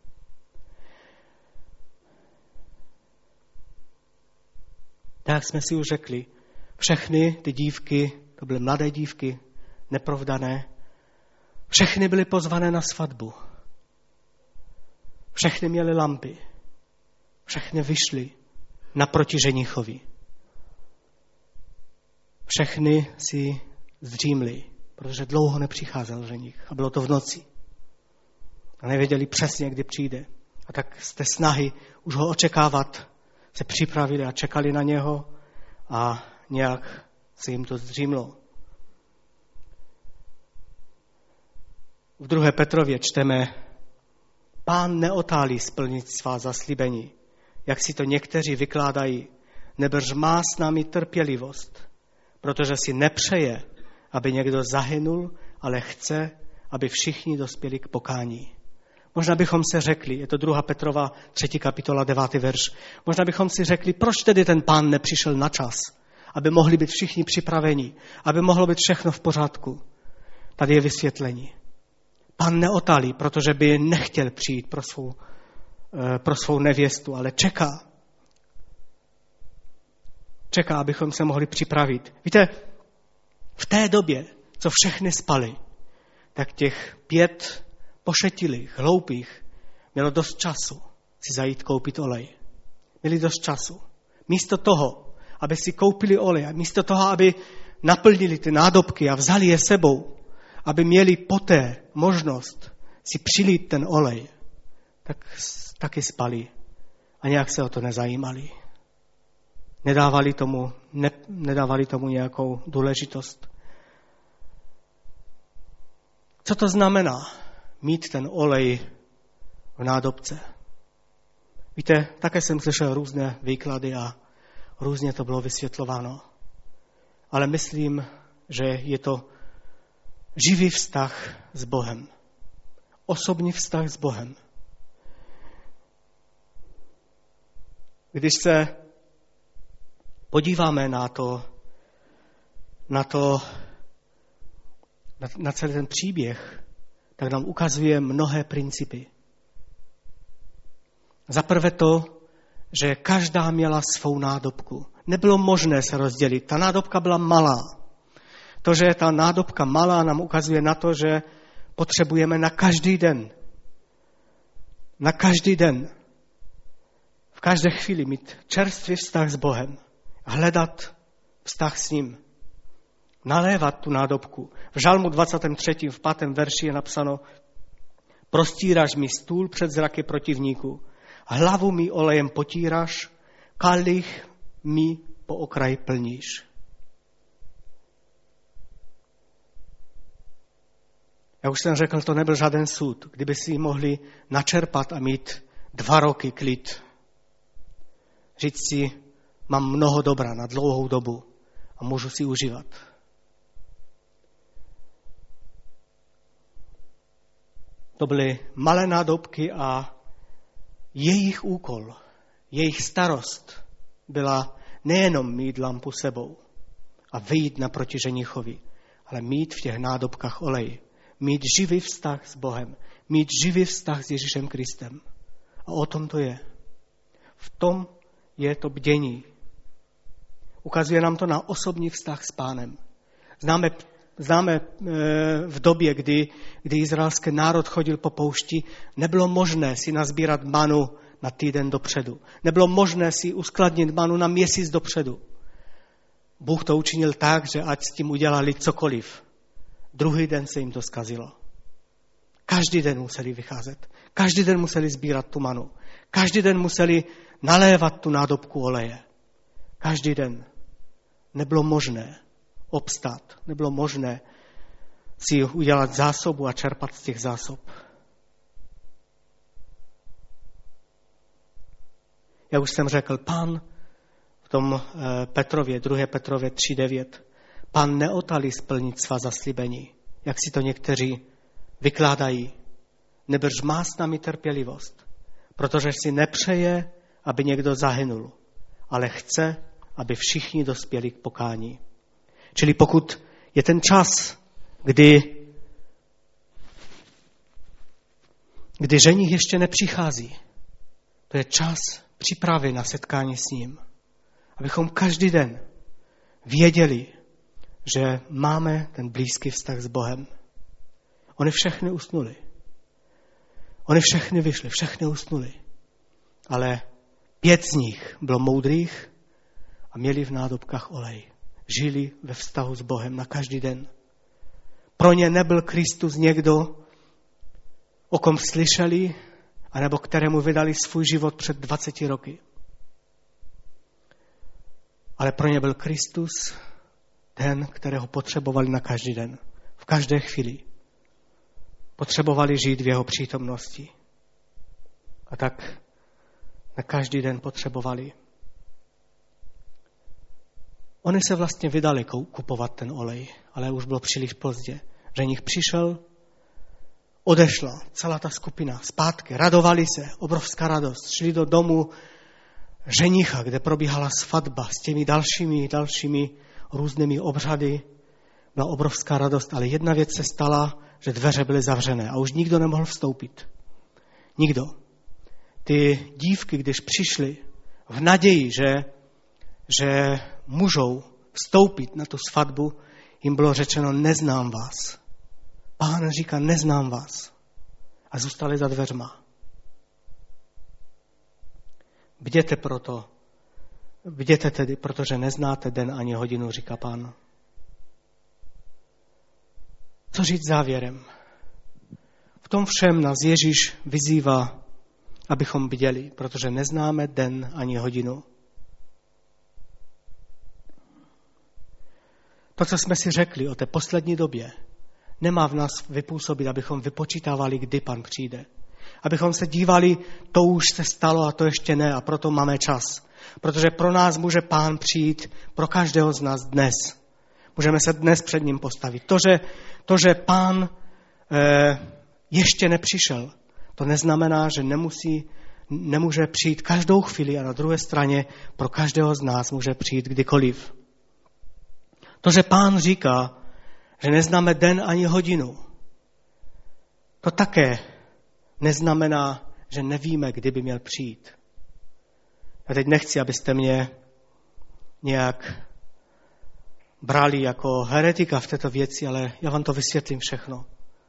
Tak jsme si už řekli, všechny ty dívky, to byly mladé dívky, neprovdané, všechny byly pozvané na svatbu. Všechny měly lampy. Všechny vyšly naproti ženichovi. Všechny si zdřímly, protože dlouho nepřicházel ženich a bylo to v noci. A nevěděli přesně, kdy přijde. A tak z té snahy už ho očekávat se připravili a čekali na něho a nějak se jim to zdřímlo. V druhé Petrově čteme, Pán neotálí splnit svá zaslíbení, jak si to někteří vykládají, nebož má s námi trpělivost, protože si nepřeje, aby někdo zahynul, ale chce, aby všichni dospěli k pokání. Možná bychom si řekli, je to druhá Petrova, třetí kapitola, devátý verš, možná bychom si řekli, proč tedy ten Pán nepřišel na čas, aby mohli být všichni připraveni, aby mohlo být všechno v pořádku. Tady je vysvětlení. Pán neotálí, protože by nechtěl přijít pro svou, pro svou nevěstu, ale čeká. Čeká, abychom se mohli připravit. Víte, v té době, co všechny spali, tak těch pět pošetilých, hloupých, mělo dost času si zajít koupit olej. Měli dost času. Místo toho, aby si koupili olej, místo toho, aby naplnili ty nádobky a vzali je sebou, aby měli poté možnost si přilít ten olej, tak taky spali a nějak se o to nezajímali. Nedávali tomu, ne, nedávali tomu nějakou důležitost. Co to znamená mít ten olej v nádobce? Víte, také jsem slyšel různé výklady a různě to bylo vysvětlováno. Ale myslím, že je to živý vztah s Bohem. Osobní vztah s Bohem. Když se podíváme na to, na to, na, na celý ten příběh, tak nám ukazuje mnohé principy. Za prvé to, že každá měla svou nádobku. Nebylo možné se rozdělit. Ta nádobka byla malá. To, že je ta nádobka malá, nám ukazuje na to, že potřebujeme na každý den. Na každý den. V každé chvíli mít čerstvý vztah s Bohem. Hledat vztah s ním. Nalévat tu nádobku. V Žalmu dvacátém třetím v pátém verši je napsáno: prostíráš mi stůl před zraky protivníků. Hlavu mi olejem potíráš, kalich mi po okraji plníš. Jak už jsem řekl, to nebyl žádný soud. Kdyby si mohli načerpat a mít dva roky klid. Říct si, mám mnoho dobra na dlouhou dobu a můžu si užívat. To byly malé nádobky a jejich úkol, jejich starost byla nejenom mít lampu sebou a vyjít naproti ženichovi, ale mít v těch nádobkách olej, mít živý vztah s Bohem, mít živý vztah s Ježíšem Kristem. A o tom to je. V tom je to bdění. Ukazuje nám to na osobní vztah s Pánem. Známe, známe v době, kdy, kdy izraelský národ chodil po poušti, nebylo možné si nazbírat manu na týden dopředu. Nebylo možné si uskladnit manu na měsíc dopředu. Bůh to učinil tak, že ať s tím udělali cokoliv. Druhý den se jim to zkazilo. Každý den museli vycházet. Každý den museli sbírat tu manu. Každý den museli nalévat tu nádobku oleje. Každý den. Nebylo možné obstát. Nebylo možné si udělat zásobu a čerpat z těch zásob. Jak už jsem řekl, Pán v tom Petrově, druhé Petrově tři devět, Pán neotalí splnit svá zaslíbení, jak si to někteří vykládají. Nebož má s námi trpělivost, protože si nepřeje, aby někdo zahynul, ale chce, aby všichni dospěli k pokání. Čili pokud je ten čas, kdy, kdy ženich ještě nepřichází, to je čas přípravy na setkání s ním. Abychom každý den věděli, že máme ten blízký vztah s Bohem. Oni všechny usnuli. Oni všechny vyšli, všechny usnuli. Ale pět z nich bylo moudrých a měli v nádobkách olej. Žili ve vztahu s Bohem na každý den. Pro ně nebyl Kristus někdo, o kom slyšeli, anebo kterému vydali svůj život před dvaceti roky. Ale pro ně byl Kristus ten, kterého potřebovali na každý den. V každé chvíli. Potřebovali žít v jeho přítomnosti. A tak na každý den potřebovali. Oni se vlastně vydali kupovat ten olej, ale už bylo příliš pozdě. Ženich přišel, odešla celá ta skupina zpátky, radovali se, obrovská radost. Šli do domu ženicha, kde probíhala svatba s těmi dalšími, dalšími různými obřady. Byla obrovská radost, ale jedna věc se stala, že dveře byly zavřené a už nikdo nemohl vstoupit. Nikdo. Ty dívky, když přišly v naději, že, že můžou vstoupit na tu svatbu, jim bylo řečeno, neznám vás. Pán říká, neznám vás. A zůstali za dveřma. Bděte proto, bděte tedy, protože neznáte den ani hodinu, říká Pán. Co říct závěrem? V tom všem nás Ježíš vyzývá, abychom bděli, protože neznáme den ani hodinu. To, co jsme si řekli o té poslední době, nemá v nás vypůsobit, abychom vypočítávali, kdy Pán přijde. Abychom se dívali, to už se stalo a to ještě ne a proto máme čas. Protože pro nás může Pán přijít, pro každého z nás dnes. Můžeme se dnes před ním postavit. To, že, to, že Pán eh, ještě nepřišel, to neznamená, že nemusí, nemůže přijít každou chvíli a na druhé straně pro každého z nás může přijít kdykoliv. To, že Pán říká, že neznáme den ani hodinu, to také neznamená, že nevíme, kdy by měl přijít. Já teď nechci, abyste mě nějak brali jako heretika v této věci, ale já vám to vysvětlím všechno.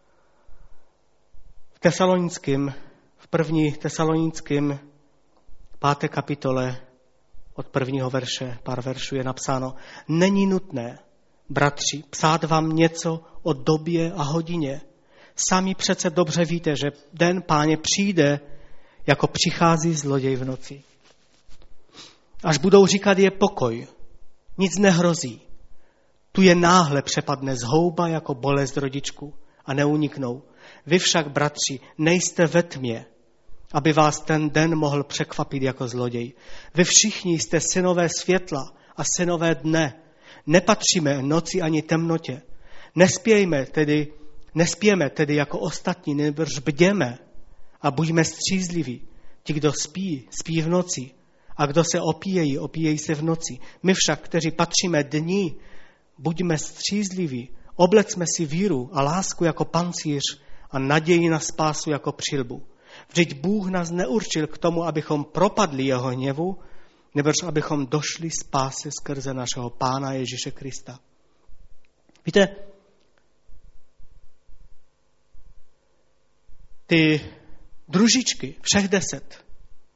V Tesalonickém, v první Tesalonickém páté kapitole od prvního verše, pár veršů je napsáno: Není nutné, bratři, psát vám něco o době a hodině. Sami přece dobře víte, že den Páně přijde, jako přichází zloděj v noci. Až budou říkat, je pokoj, nic nehrozí. Tu je náhle přepadne zhouba jako bolest rodičku a neuniknou. Vy však, bratři, nejste ve tmě, aby vás ten den mohl překvapit jako zloděj. Vy všichni jste synové světla a synové dne. Nepatříme noci ani temnotě. Nespějme tedy, nespějme tedy jako ostatní, nebož bděme a buďme střízliví. Ti, kdo spí, spí v noci. A kdo se opíjejí, opíjejí se v noci. My však, kteří patříme dní, buďme střízliví. Oblecme si víru a lásku jako pancíř a naději na spásu jako přilbu. Vždyť Bůh nás neurčil k tomu, abychom propadli jeho hněvu, nebož abychom došli spásy skrze našeho Pána Ježíše Krista. Víte, ty družičky, všech deset,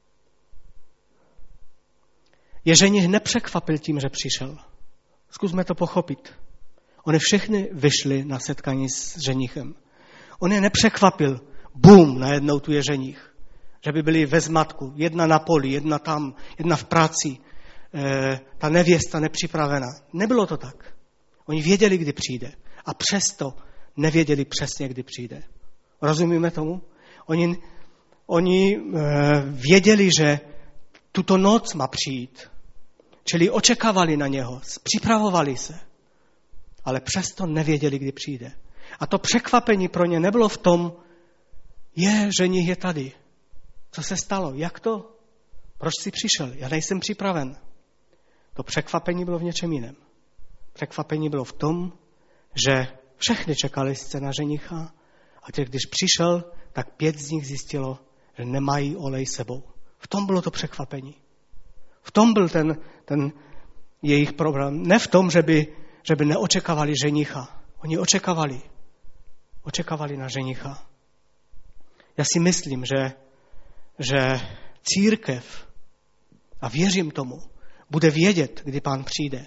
je ženich nepřekvapil tím, že přišel. Zkusme to pochopit. Oni všechny vyšli na setkání s ženichem. On je nepřekvapil, bum, najednou tu je ženich. Že by byli ve zmatku, jedna na poli, jedna tam, jedna v práci, e, ta nevěsta nepřipravena. Nebylo to tak. Oni věděli, kdy přijde a přesto nevěděli přesně, kdy přijde. Rozumíme tomu? Oni, oni e, věděli, že tuto noc má přijít. Čili očekávali na něho, připravovali se, ale přesto nevěděli, kdy přijde. A to překvapení pro ně nebylo v tom, je, ženich je tady. Co se stalo? Jak to? Proč jsi přišel? Já nejsem připraven. To překvapení bylo v něčem jiném. Překvapení bylo v tom, že všechny čekali sice na ženicha a těch, když přišel, tak pět z nich zjistilo, že nemají olej sebou. V tom bylo to překvapení. V tom byl ten, ten jejich problém. Ne v tom, že by, že by neočekávali ženicha. Oni očekávali. Očekávali na ženicha. Já si myslím, že, že církev, a věřím tomu, bude vědět, kdy Pán přijde.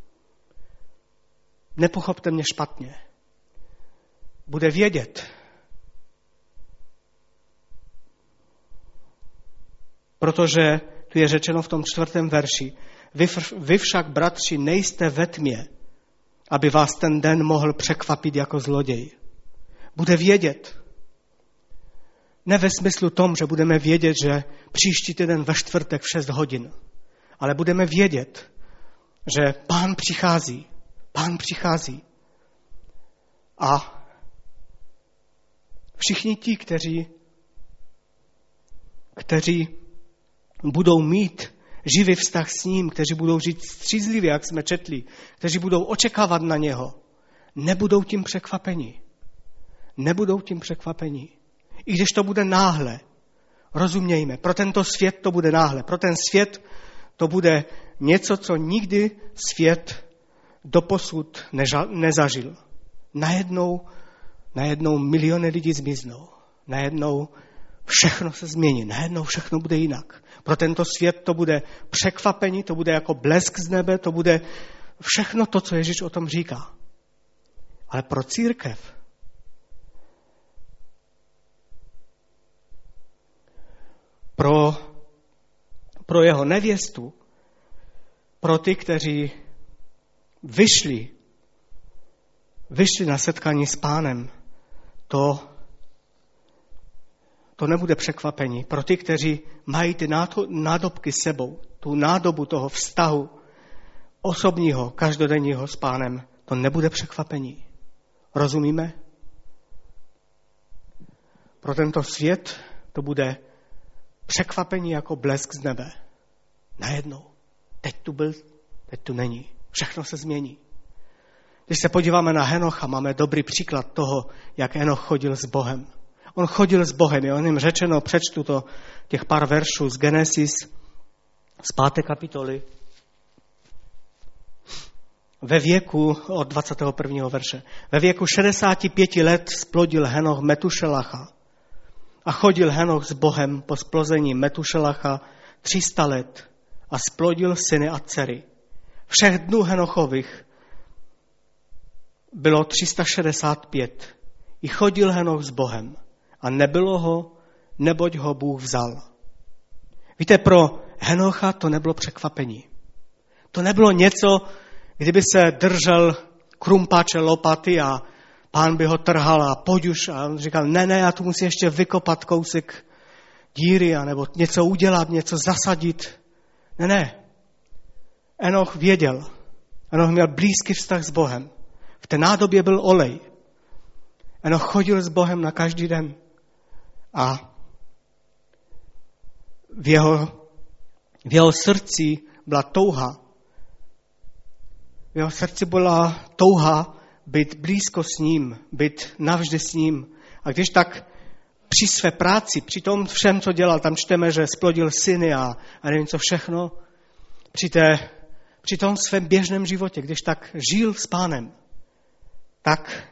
Nepochopte mě špatně. Bude vědět, protože tu je řečeno v tom čtvrtém verši, vy, vy však, bratři, nejste ve tmě, aby vás ten den mohl překvapit jako zloděj. Bude vědět. Ne ve smyslu tom, že budeme vědět, že příští týden ve čtvrtek v šest hodin, ale budeme vědět, že Pán přichází. Pán přichází. A všichni ti, kteří, kteří budou mít živý vztah s ním, kteří budou žít střízlivě, jak jsme četli, kteří budou očekávat na něho, nebudou tím překvapeni. Nebudou tím překvapeni. I když to bude náhle, rozumějme, pro tento svět to bude náhle. Pro ten svět to bude něco, co nikdy svět doposud neža, nezažil. Najednou, najednou miliony lidí zmiznou. Najednou všechno se změní. Najednou všechno bude jinak. Pro tento svět to bude překvapení, to bude jako blesk z nebe, to bude všechno to, co Ježíš o tom říká. Ale pro církev, pro, pro jeho nevěstu, pro ty, kteří vyšli, vyšli na setkání s Pánem, to, to nebude překvapení. Pro ty, kteří mají ty nádobky sebou, tu nádobu toho vztahu osobního, každodenního s Pánem, to nebude překvapení. Rozumíme? Pro tento svět to bude překvapení jako blesk z nebe. Najednou. Teď tu byl, teď tu není. Všechno se změní. Když se podíváme na Henocha, máme dobrý příklad toho, jak Henoch chodil s Bohem. On chodil s Bohem, je o něm řečeno, přečtu to, těch pár veršů z Genesis, z páté kapitoly, ve věku, od dvacátého prvního verše, ve věku šedesáti pěti let splodil Henoch Metušelacha a chodil Henoch s Bohem po splození Metušelacha tři sta let a splodil syny a dcery. Všech dnů Henochových bylo tři sta šedesát pět. I chodil Henoch s Bohem a nebylo ho, neboť ho Bůh vzal. Víte, pro Henocha to nebylo překvapení. To nebylo něco, kdyby se držel krumpáče lopaty a pán by ho trhal a pojď už. A on říkal, ne, ne, já tu musím ještě vykopat kousek díry, anebo něco udělat, něco zasadit. Ne, ne. Henoch věděl. Henoch měl blízký vztah s Bohem. V té nádobě byl olej. Henoch chodil s Bohem na každý den. A v jeho, v jeho srdci byla touha. V jeho srdci byla touha být blízko s ním, být navždy s ním. A když tak při své práci, při tom všem, co dělal, tam čteme, že splodil syny a, a nevím co všechno, při, té, při tom svém běžném životě, když tak žil s Pánem, tak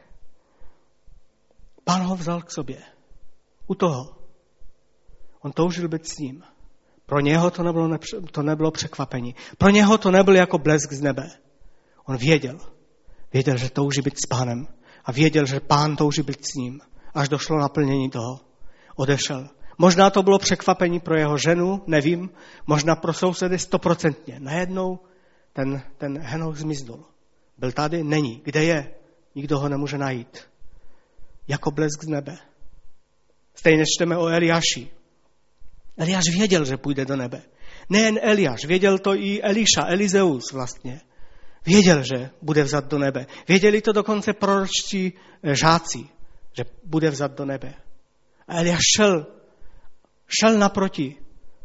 Pán ho vzal k sobě. U toho. On toužil být s ním. Pro něho to nebylo, nepře- to nebylo překvapení. Pro něho to nebylo jako blesk z nebe. On věděl. Věděl, že touží být s Pánem. A věděl, že Pán touží být s ním. Až došlo naplnění toho. Odešel. Možná to bylo překvapení pro jeho ženu, nevím. Možná pro sousedy stoprocentně. Najednou ten, ten Henoch zmiznul. Byl tady? Není. Kde je? Nikdo ho nemůže najít. Jako blesk z nebe. Stejně čteme o Eliáši. Eliáš věděl, že půjde do nebe. Nejen Eliáš, věděl to i Eliša, Elizeus vlastně. Věděl, že bude vzat do nebe. Věděli to dokonce proročtí žáci, že bude vzat do nebe. A Eliáš šel, šel naproti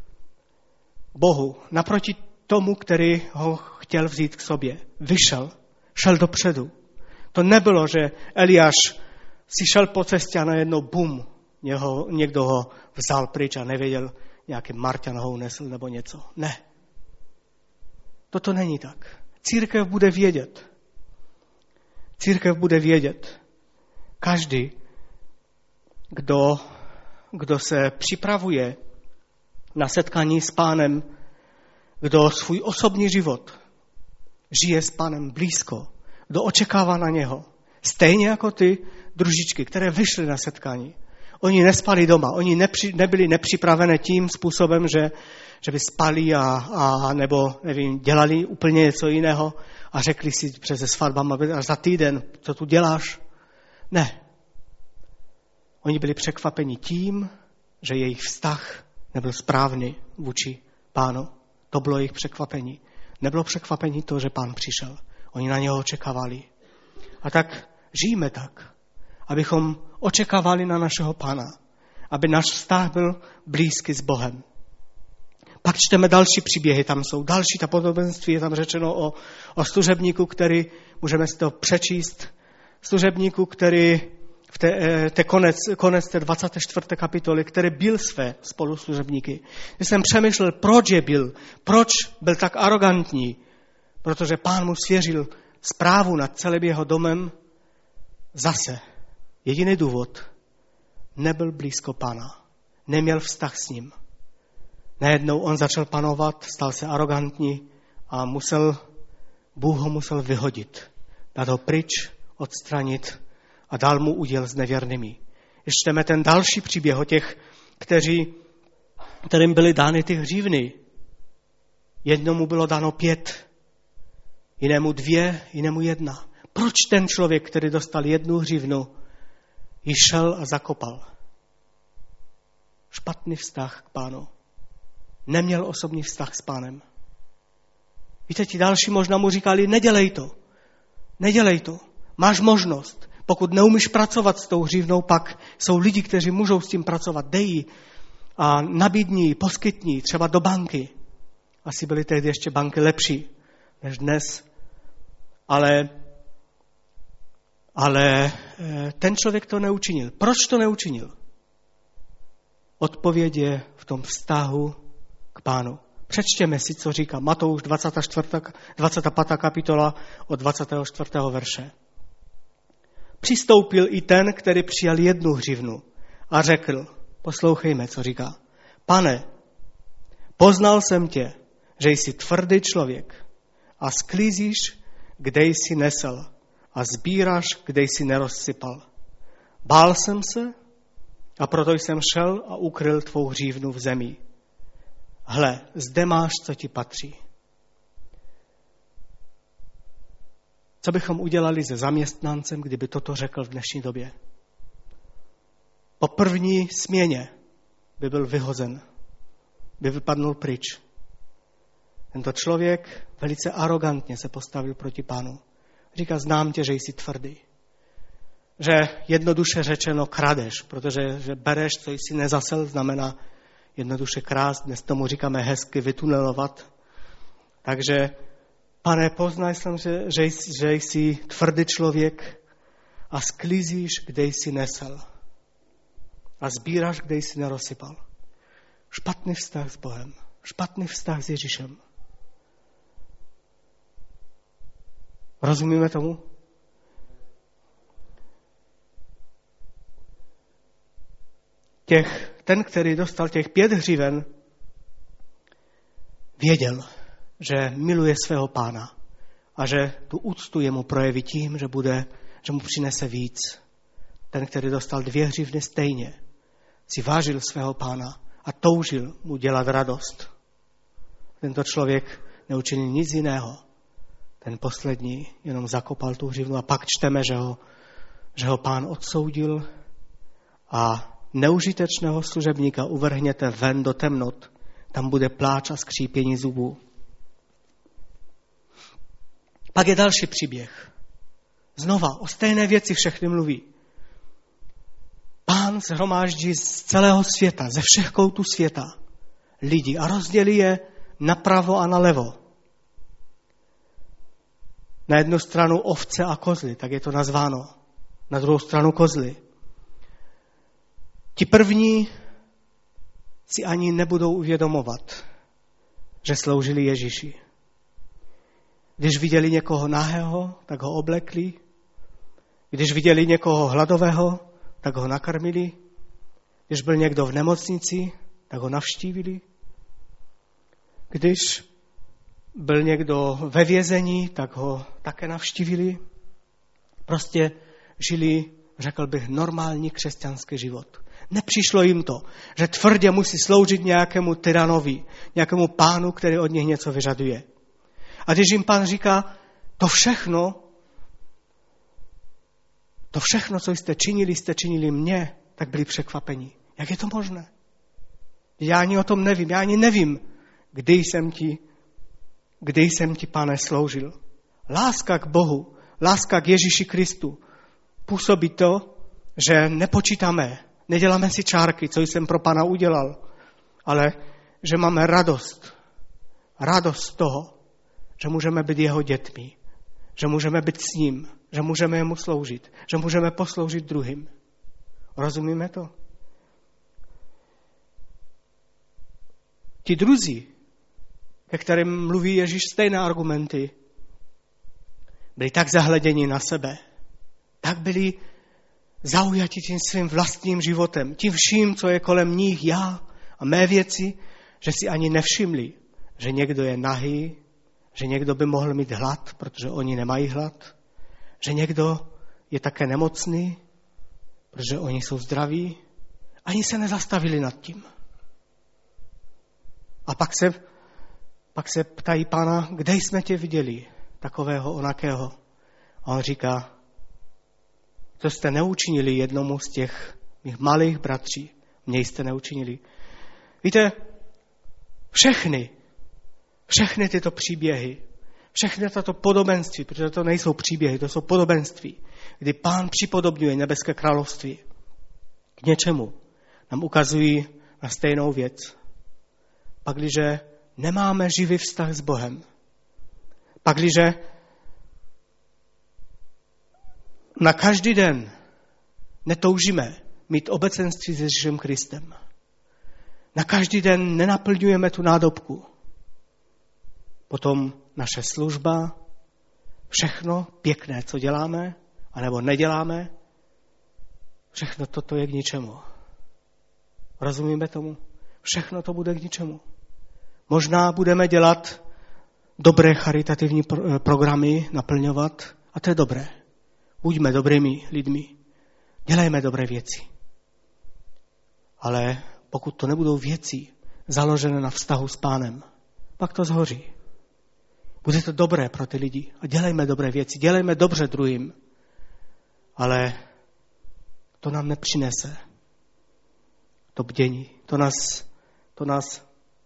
Bohu, naproti tomu, který ho chtěl vzít k sobě. Vyšel, šel dopředu. To nebylo, že Eliáš si šel po cestě a najednou bum, něho, někdo ho vzal pryč a nevěděl, nějaký Marťan ho unesl nebo něco. Ne. Toto není tak. Církev bude vědět. Církev bude vědět. Každý, kdo, kdo se připravuje na setkání s Pánem, kdo svůj osobní život žije s Pánem blízko, kdo očekává na něho. Stejně jako ty družičky, které vyšly na setkání. Oni nespali doma, oni nepři, nebyli nepřipravené tím způsobem, že, že by spali a, a nebo nevím, dělali úplně něco jiného a řekli si přeze svatbama až za týden, co tu děláš. Ne. Oni byli překvapeni tím, že jejich vztah nebyl správný vůči Pánu. To bylo jejich překvapení. Nebylo překvapení to, že Pán přišel. Oni na něho očekávali. A tak žijeme tak, abychom očekávali na našeho Pána, aby náš vztah byl blízký s Bohem. Pak čteme další příběhy, tam jsou další, ta podobenství je tam řečeno o, o služebníku, který, můžeme si to přečíst, služebníku, který v té, té konec, konec té dvacáté čtvrté kapitoly, který byl své spoluslužebníky. Když jsem přemýšlel, proč je byl, proč byl tak arrogantní, protože Pán mu svěřil správu nad celým jeho domem, zase jediný důvod, nebyl blízko Pána, neměl vztah s ním. Najednou on začal panovat, stal se arrogantní a musel, Bůh ho musel vyhodit, dát ho pryč, odstranit a dal mu úděl s nevěrnými. Ještě čteme ten další příběh o těch, kteří, kterým byly dány ty hřívny. Jednomu bylo dáno pět, jinému dvě, jinému jedna. Proč ten člověk, který dostal jednu hřívnu, ji šel a zakopal? Špatný vztah k Pánu. Neměl osobní vztah s Pánem. Víte, ti další možná mu říkali, nedělej to, nedělej to, máš možnost. Pokud neumíš pracovat s tou hřívnou, pak jsou lidi, kteří můžou s tím pracovat, dej ji. a nabídní, poskytní, třeba do banky. Asi byly tehdy ještě banky lepší než dnes. Ale, ale ten člověk to neučinil. Proč to neučinil? Odpověď je v tom vztahu k Pánu. Přečtěme si, co říká Matouš dvacátá čtvrtá, dvacátá pátá kapitola od dvacátého čtvrtého verše. Přistoupil i ten, který přijal jednu hřivnu a řekl, poslouchejme, co říká. Pane, poznal jsem tě, že jsi tvrdý člověk a sklízíš, kde jsi nesel a sbíráš, kde jsi nerozsypal. Bál jsem se a proto jsem šel a ukryl tvou hřívnu v zemi. Hle, zde máš, co ti patří. Co bychom udělali se zaměstnancem, kdyby toto řekl v dnešní době? Po první směně by byl vyhozen, by vypadnul pryč. Tento člověk velice arogantně se postavil proti Pánu. Říká, znám tě, že jsi tvrdý. Že jednoduše řečeno kradeš, protože že bereš, co jsi nezasel, znamená jednoduše krást. Dnes tomu říkáme hezky vytunelovat. Takže, Pane, poznaj jsem, že, že, jsi, že jsi tvrdý člověk a sklízíš, kde jsi nesel. A sbíráš, kde jsi nerozsypal. Špatný vztah s Bohem. Špatný vztah s Ježíšem. Rozumíme tomu? Těch, ten, který dostal těch pět hřiven, věděl, že miluje svého Pána a že tu úctu jemu projeví tím, že, bude, že mu přinese víc. Ten, který dostal dvě hřivny stejně, si vážil svého Pána a toužil mu dělat radost. Tento člověk neučinil nic jiného. Ten poslední jenom zakopal tu hřivnu a pak čteme, že ho, že ho Pán odsoudil a neužitečného služebníka uvrhněte ven do temnot. Tam bude pláč a skřípění zubů. Pak je další příběh. Znova o stejné věci všechny mluví. Pán shromáždí z celého světa, ze všech koutů světa lidi a rozdělí je napravo a nalevo. Na jednu stranu ovce a kozly, tak je to nazváno. Na druhou stranu kozly. Ti první si ani nebudou uvědomovat, že sloužili Ježíši. Když viděli někoho nahého, tak ho oblekli. Když viděli někoho hladového, tak ho nakrmili. Když byl někdo v nemocnici, tak ho navštívili. Když byl někdo ve vězení, tak ho také navštívili. Prostě žili, řekl bych, normální křesťanský život. Nepřišlo jim to, že tvrdě musí sloužit nějakému tyranovi, nějakému pánu, který od nich něco vyžaduje. A když jim Pán říká, to všechno, to všechno, co jste činili, jste činili mně, tak byli překvapeni. Jak je to možné? Já ani o tom nevím. Já ani nevím, kdy jsem ti, kdy jsem ti, Pane, sloužil. Láska k Bohu, láska k Ježíši Kristu působí to, že nepočítáme, neděláme si čárky, co jsem pro Pana udělal, ale že máme radost. Radost z toho, že můžeme být jeho dětmi, že můžeme být s ním, že můžeme jemu sloužit, že můžeme posloužit druhým. Rozumíme to? Ti druzí, ke kterým mluví Ježíš stejné argumenty, byli tak zahleděni na sebe, tak byli zaujati tím svým vlastním životem, tím vším, co je kolem nich, já a mé věci, že si ani nevšimli, že někdo je nahý, že někdo by mohl mít hlad, protože oni nemají hlad, že někdo je také nemocný, protože oni jsou zdraví. Ani se nezastavili nad tím. A pak se, pak se ptají Pána, kde jsme tě viděli, takového onakého. A on říká, co jste neučinili jednomu z těch mých malých bratří, mě jste neučinili. Víte, všechny, všechny tyto příběhy, všechny tato podobenství, protože to nejsou příběhy, to jsou podobenství, kdy Pán připodobňuje nebeské království k něčemu, nám ukazují na stejnou věc. Pakliže nemáme živý vztah s Bohem, pakliže na každý den netoužíme mít obecenství s Ježíšem Kristem, na každý den nenaplňujeme tu nádobku, potom naše služba, všechno pěkné, co děláme, anebo neděláme, všechno toto je k ničemu. Rozumíme tomu? Všechno to bude k ničemu. Možná budeme dělat dobré charitativní programy, naplňovat, a to je dobré. Buďme dobrými lidmi, dělejme dobré věci. Ale pokud to nebudou věci založené na vztahu s Pánem, pak to zhoří. Bude to dobré pro ty lidi a dělejme dobré věci, dělejme dobře druhým, ale to nám nepřinese to bdění, to nás, to nás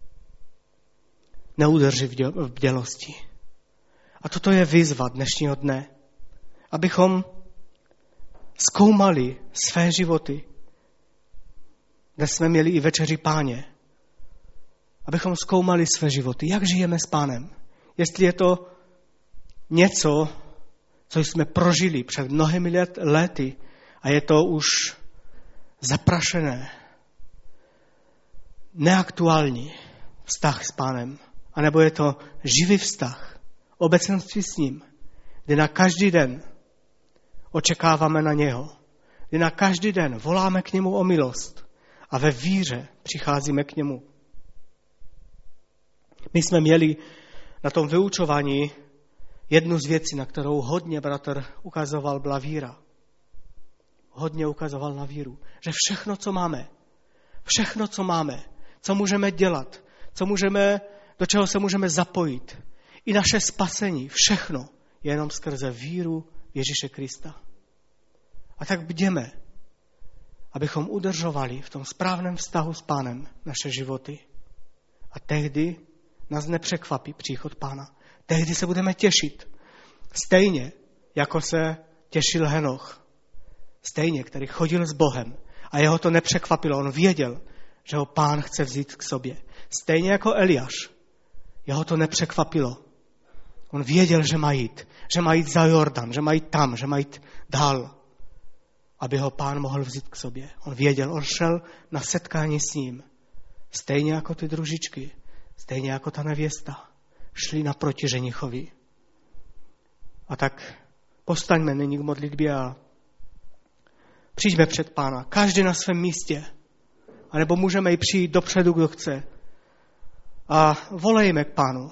neudrží v bdělosti. A toto je výzva dnešního dne, abychom zkoumali své životy. Dnes jsme měli i večeři Páně. Abychom zkoumali své životy, jak žijeme s Pánem. Jestli je to něco, co jsme prožili před mnohými let, lety a je to už zaprašené, neaktuální vztah s Pánem, anebo je to živý vztah, obecenství s ním, kdy na každý den očekáváme na něho, kdy na každý den voláme k němu o milost a ve víře přicházíme k němu. My jsme měli na tom vyučování jednu z věcí, na kterou hodně bratr ukazoval, byla víra. Hodně ukazoval na víru, že všechno, co máme, všechno, co máme, co můžeme dělat, co můžeme, do čeho se můžeme zapojit, i naše spasení, všechno je jenom skrze víru Ježíše Krista. A tak bděme, abychom udržovali v tom správném vztahu s Pánem naše životy. A tehdy nás nepřekvapí příchod Pána. Tehdy se budeme těšit. Stejně, jako se těšil Henoch. Stejně, který chodil s Bohem. A jeho to nepřekvapilo. On věděl, že ho Pán chce vzít k sobě. Stejně jako Eliáš. Jeho to nepřekvapilo. On věděl, že má jít. Že má jít za Jordan, že má jít tam, že má jít dál. Aby ho Pán mohl vzít k sobě. On věděl, on šel na setkání s ním. Stejně jako ty družičky. Stejně jako ta nevěsta. Šli naproti ženichovi. A tak postaňme nyní k modlitbě a přijďme před Pána. Každý na svém místě. A nebo můžeme i přijít dopředu, kdo chce. A volejme k Pánu.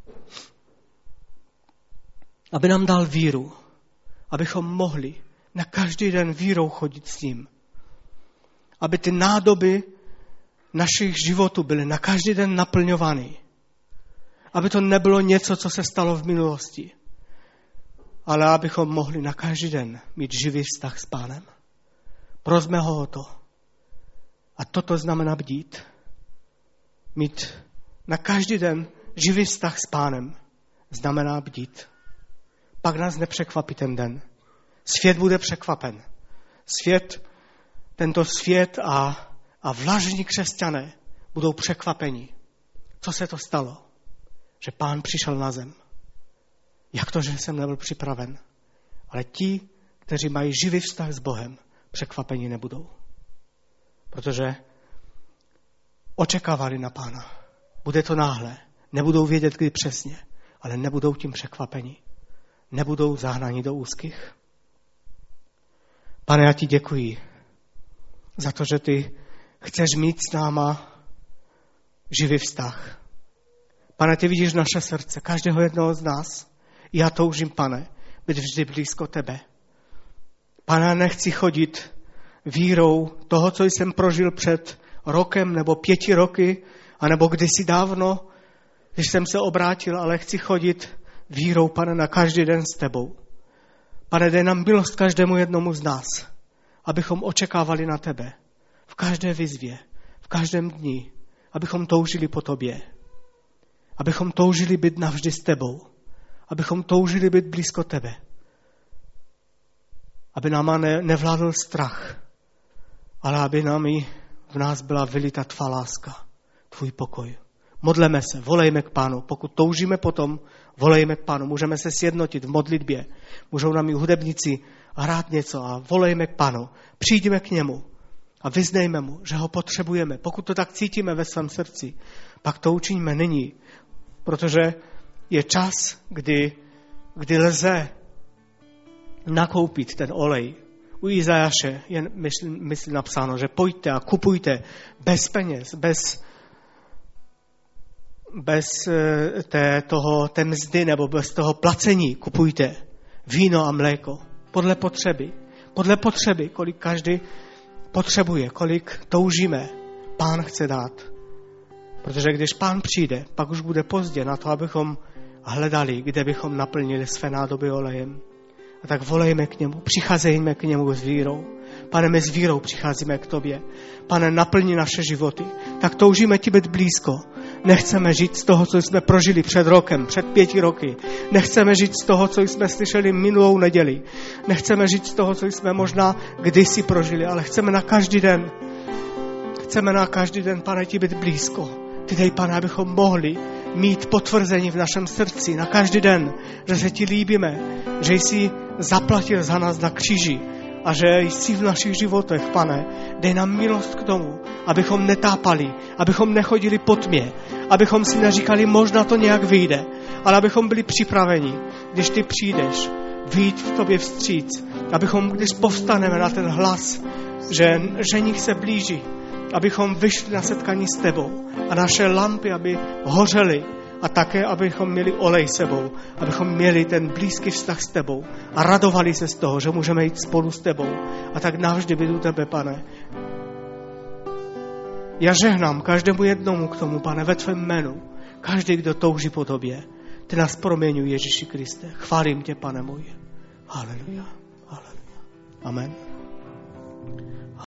Aby nám dal víru. Abychom mohli na každý den vírou chodit s ním. Aby ty nádoby našich životů byly na každý den naplňovány. Aby to nebylo něco, co se stalo v minulosti. Ale abychom mohli na každý den mít živý vztah s Pánem. Prosme ho o to. A toto znamená bdít. Mít na každý den živý vztah s Pánem. Znamená bdít. Pak nás nepřekvapí ten den. Svět bude překvapen. Svět, tento svět a, a vlažní křesťané budou překvapeni. Co se to stalo? Že Pán přišel na zem. Jak to, že jsem nebyl připraven? Ale ti, kteří mají živý vztah s Bohem, překvapeni nebudou. Protože očekávali na Pána. Bude to náhle. Nebudou vědět, kdy přesně. Ale nebudou tím překvapeni. Nebudou zahnáni do úzkých. Pane, já ti děkuji za to, že ty chceš mít s náma živý vztah. Pane, ty vidíš naše srdce, každého jednoho z nás. Já toužím, Pane, být vždy blízko tebe. Pane, nechci chodit vírou toho, co jsem prožil před rokem nebo pěti roky, anebo kdysi dávno, když jsem se obrátil, ale chci chodit vírou, Pane, na každý den s tebou. Pane, dej nám milost každému jednomu z nás, abychom očekávali na tebe v každé výzvě, v každém dni, abychom toužili po tobě, abychom toužili být navždy s tebou, abychom toužili být blízko tebe, aby náma ne, nevládl strach, ale aby námi v nás byla vylita tvá láska, tvůj pokoj. Modleme se, volejme k Pánu. Pokud toužíme potom, volejme k Pánu. Můžeme se sjednotit v modlitbě. Můžou nám i hudebníci hrát něco a volejme k Pánu. Přijdeme k němu a vyznejme mu, že ho potřebujeme. Pokud to tak cítíme ve svém srdci, pak to učiníme nyní, protože je čas, kdy, kdy lze nakoupit ten olej. U Izajáše je mysl, mysl napsáno, že pojďte a kupujte bez peněz, bez, bez té, toho, té mzdy nebo bez toho placení. Kupujte víno a mléko podle potřeby. Podle potřeby, kolik každý potřebuje, kolik toužíme, Pán chce dát. Protože když Pán přijde, pak už bude pozdě na to, abychom hledali, kde bychom naplnili své nádoby olejem. A tak volejme k němu, přicházejme k němu s vírou. Pane, my s vírou přicházíme k tobě. Pane, naplni naše životy. Tak toužíme ti být blízko. Nechceme žít z toho, co jsme prožili před rokem, před pěti roky. Nechceme žít z toho, co jsme slyšeli minulou neděli. Nechceme žít z toho, co jsme možná kdysi prožili, ale chceme na každý den. Chceme na každý den, Pane, ti být blízko. Ty dej, Pane, abychom mohli mít potvrzení v našem srdci na každý den, že se ti líbíme, že jsi zaplatil za nás na kříži a že jsi v našich životech, Pane. Dej nám milost k tomu, abychom netápali, abychom nechodili po tmě, abychom si neříkali, možná to nějak vyjde, ale abychom byli připraveni, když ty přijdeš, vyjít v tobě vstříc, abychom, když povstaneme na ten hlas, že ženich se blíží, abychom vyšli na setkání s tebou a naše lampy, aby hořely a také, abychom měli olej sebou, abychom měli ten blízký vztah s tebou a radovali se z toho, že můžeme jít spolu s tebou a tak navždy být u tebe, Pane. Já žehnám každému jednomu k tomu, Pane, ve tvém jménu. Každý, kdo touží po tobě, ty nás proměňuj, Ježíši Kriste. Chválím tě, Pane můj. Haleluja. Haleluja. Amen.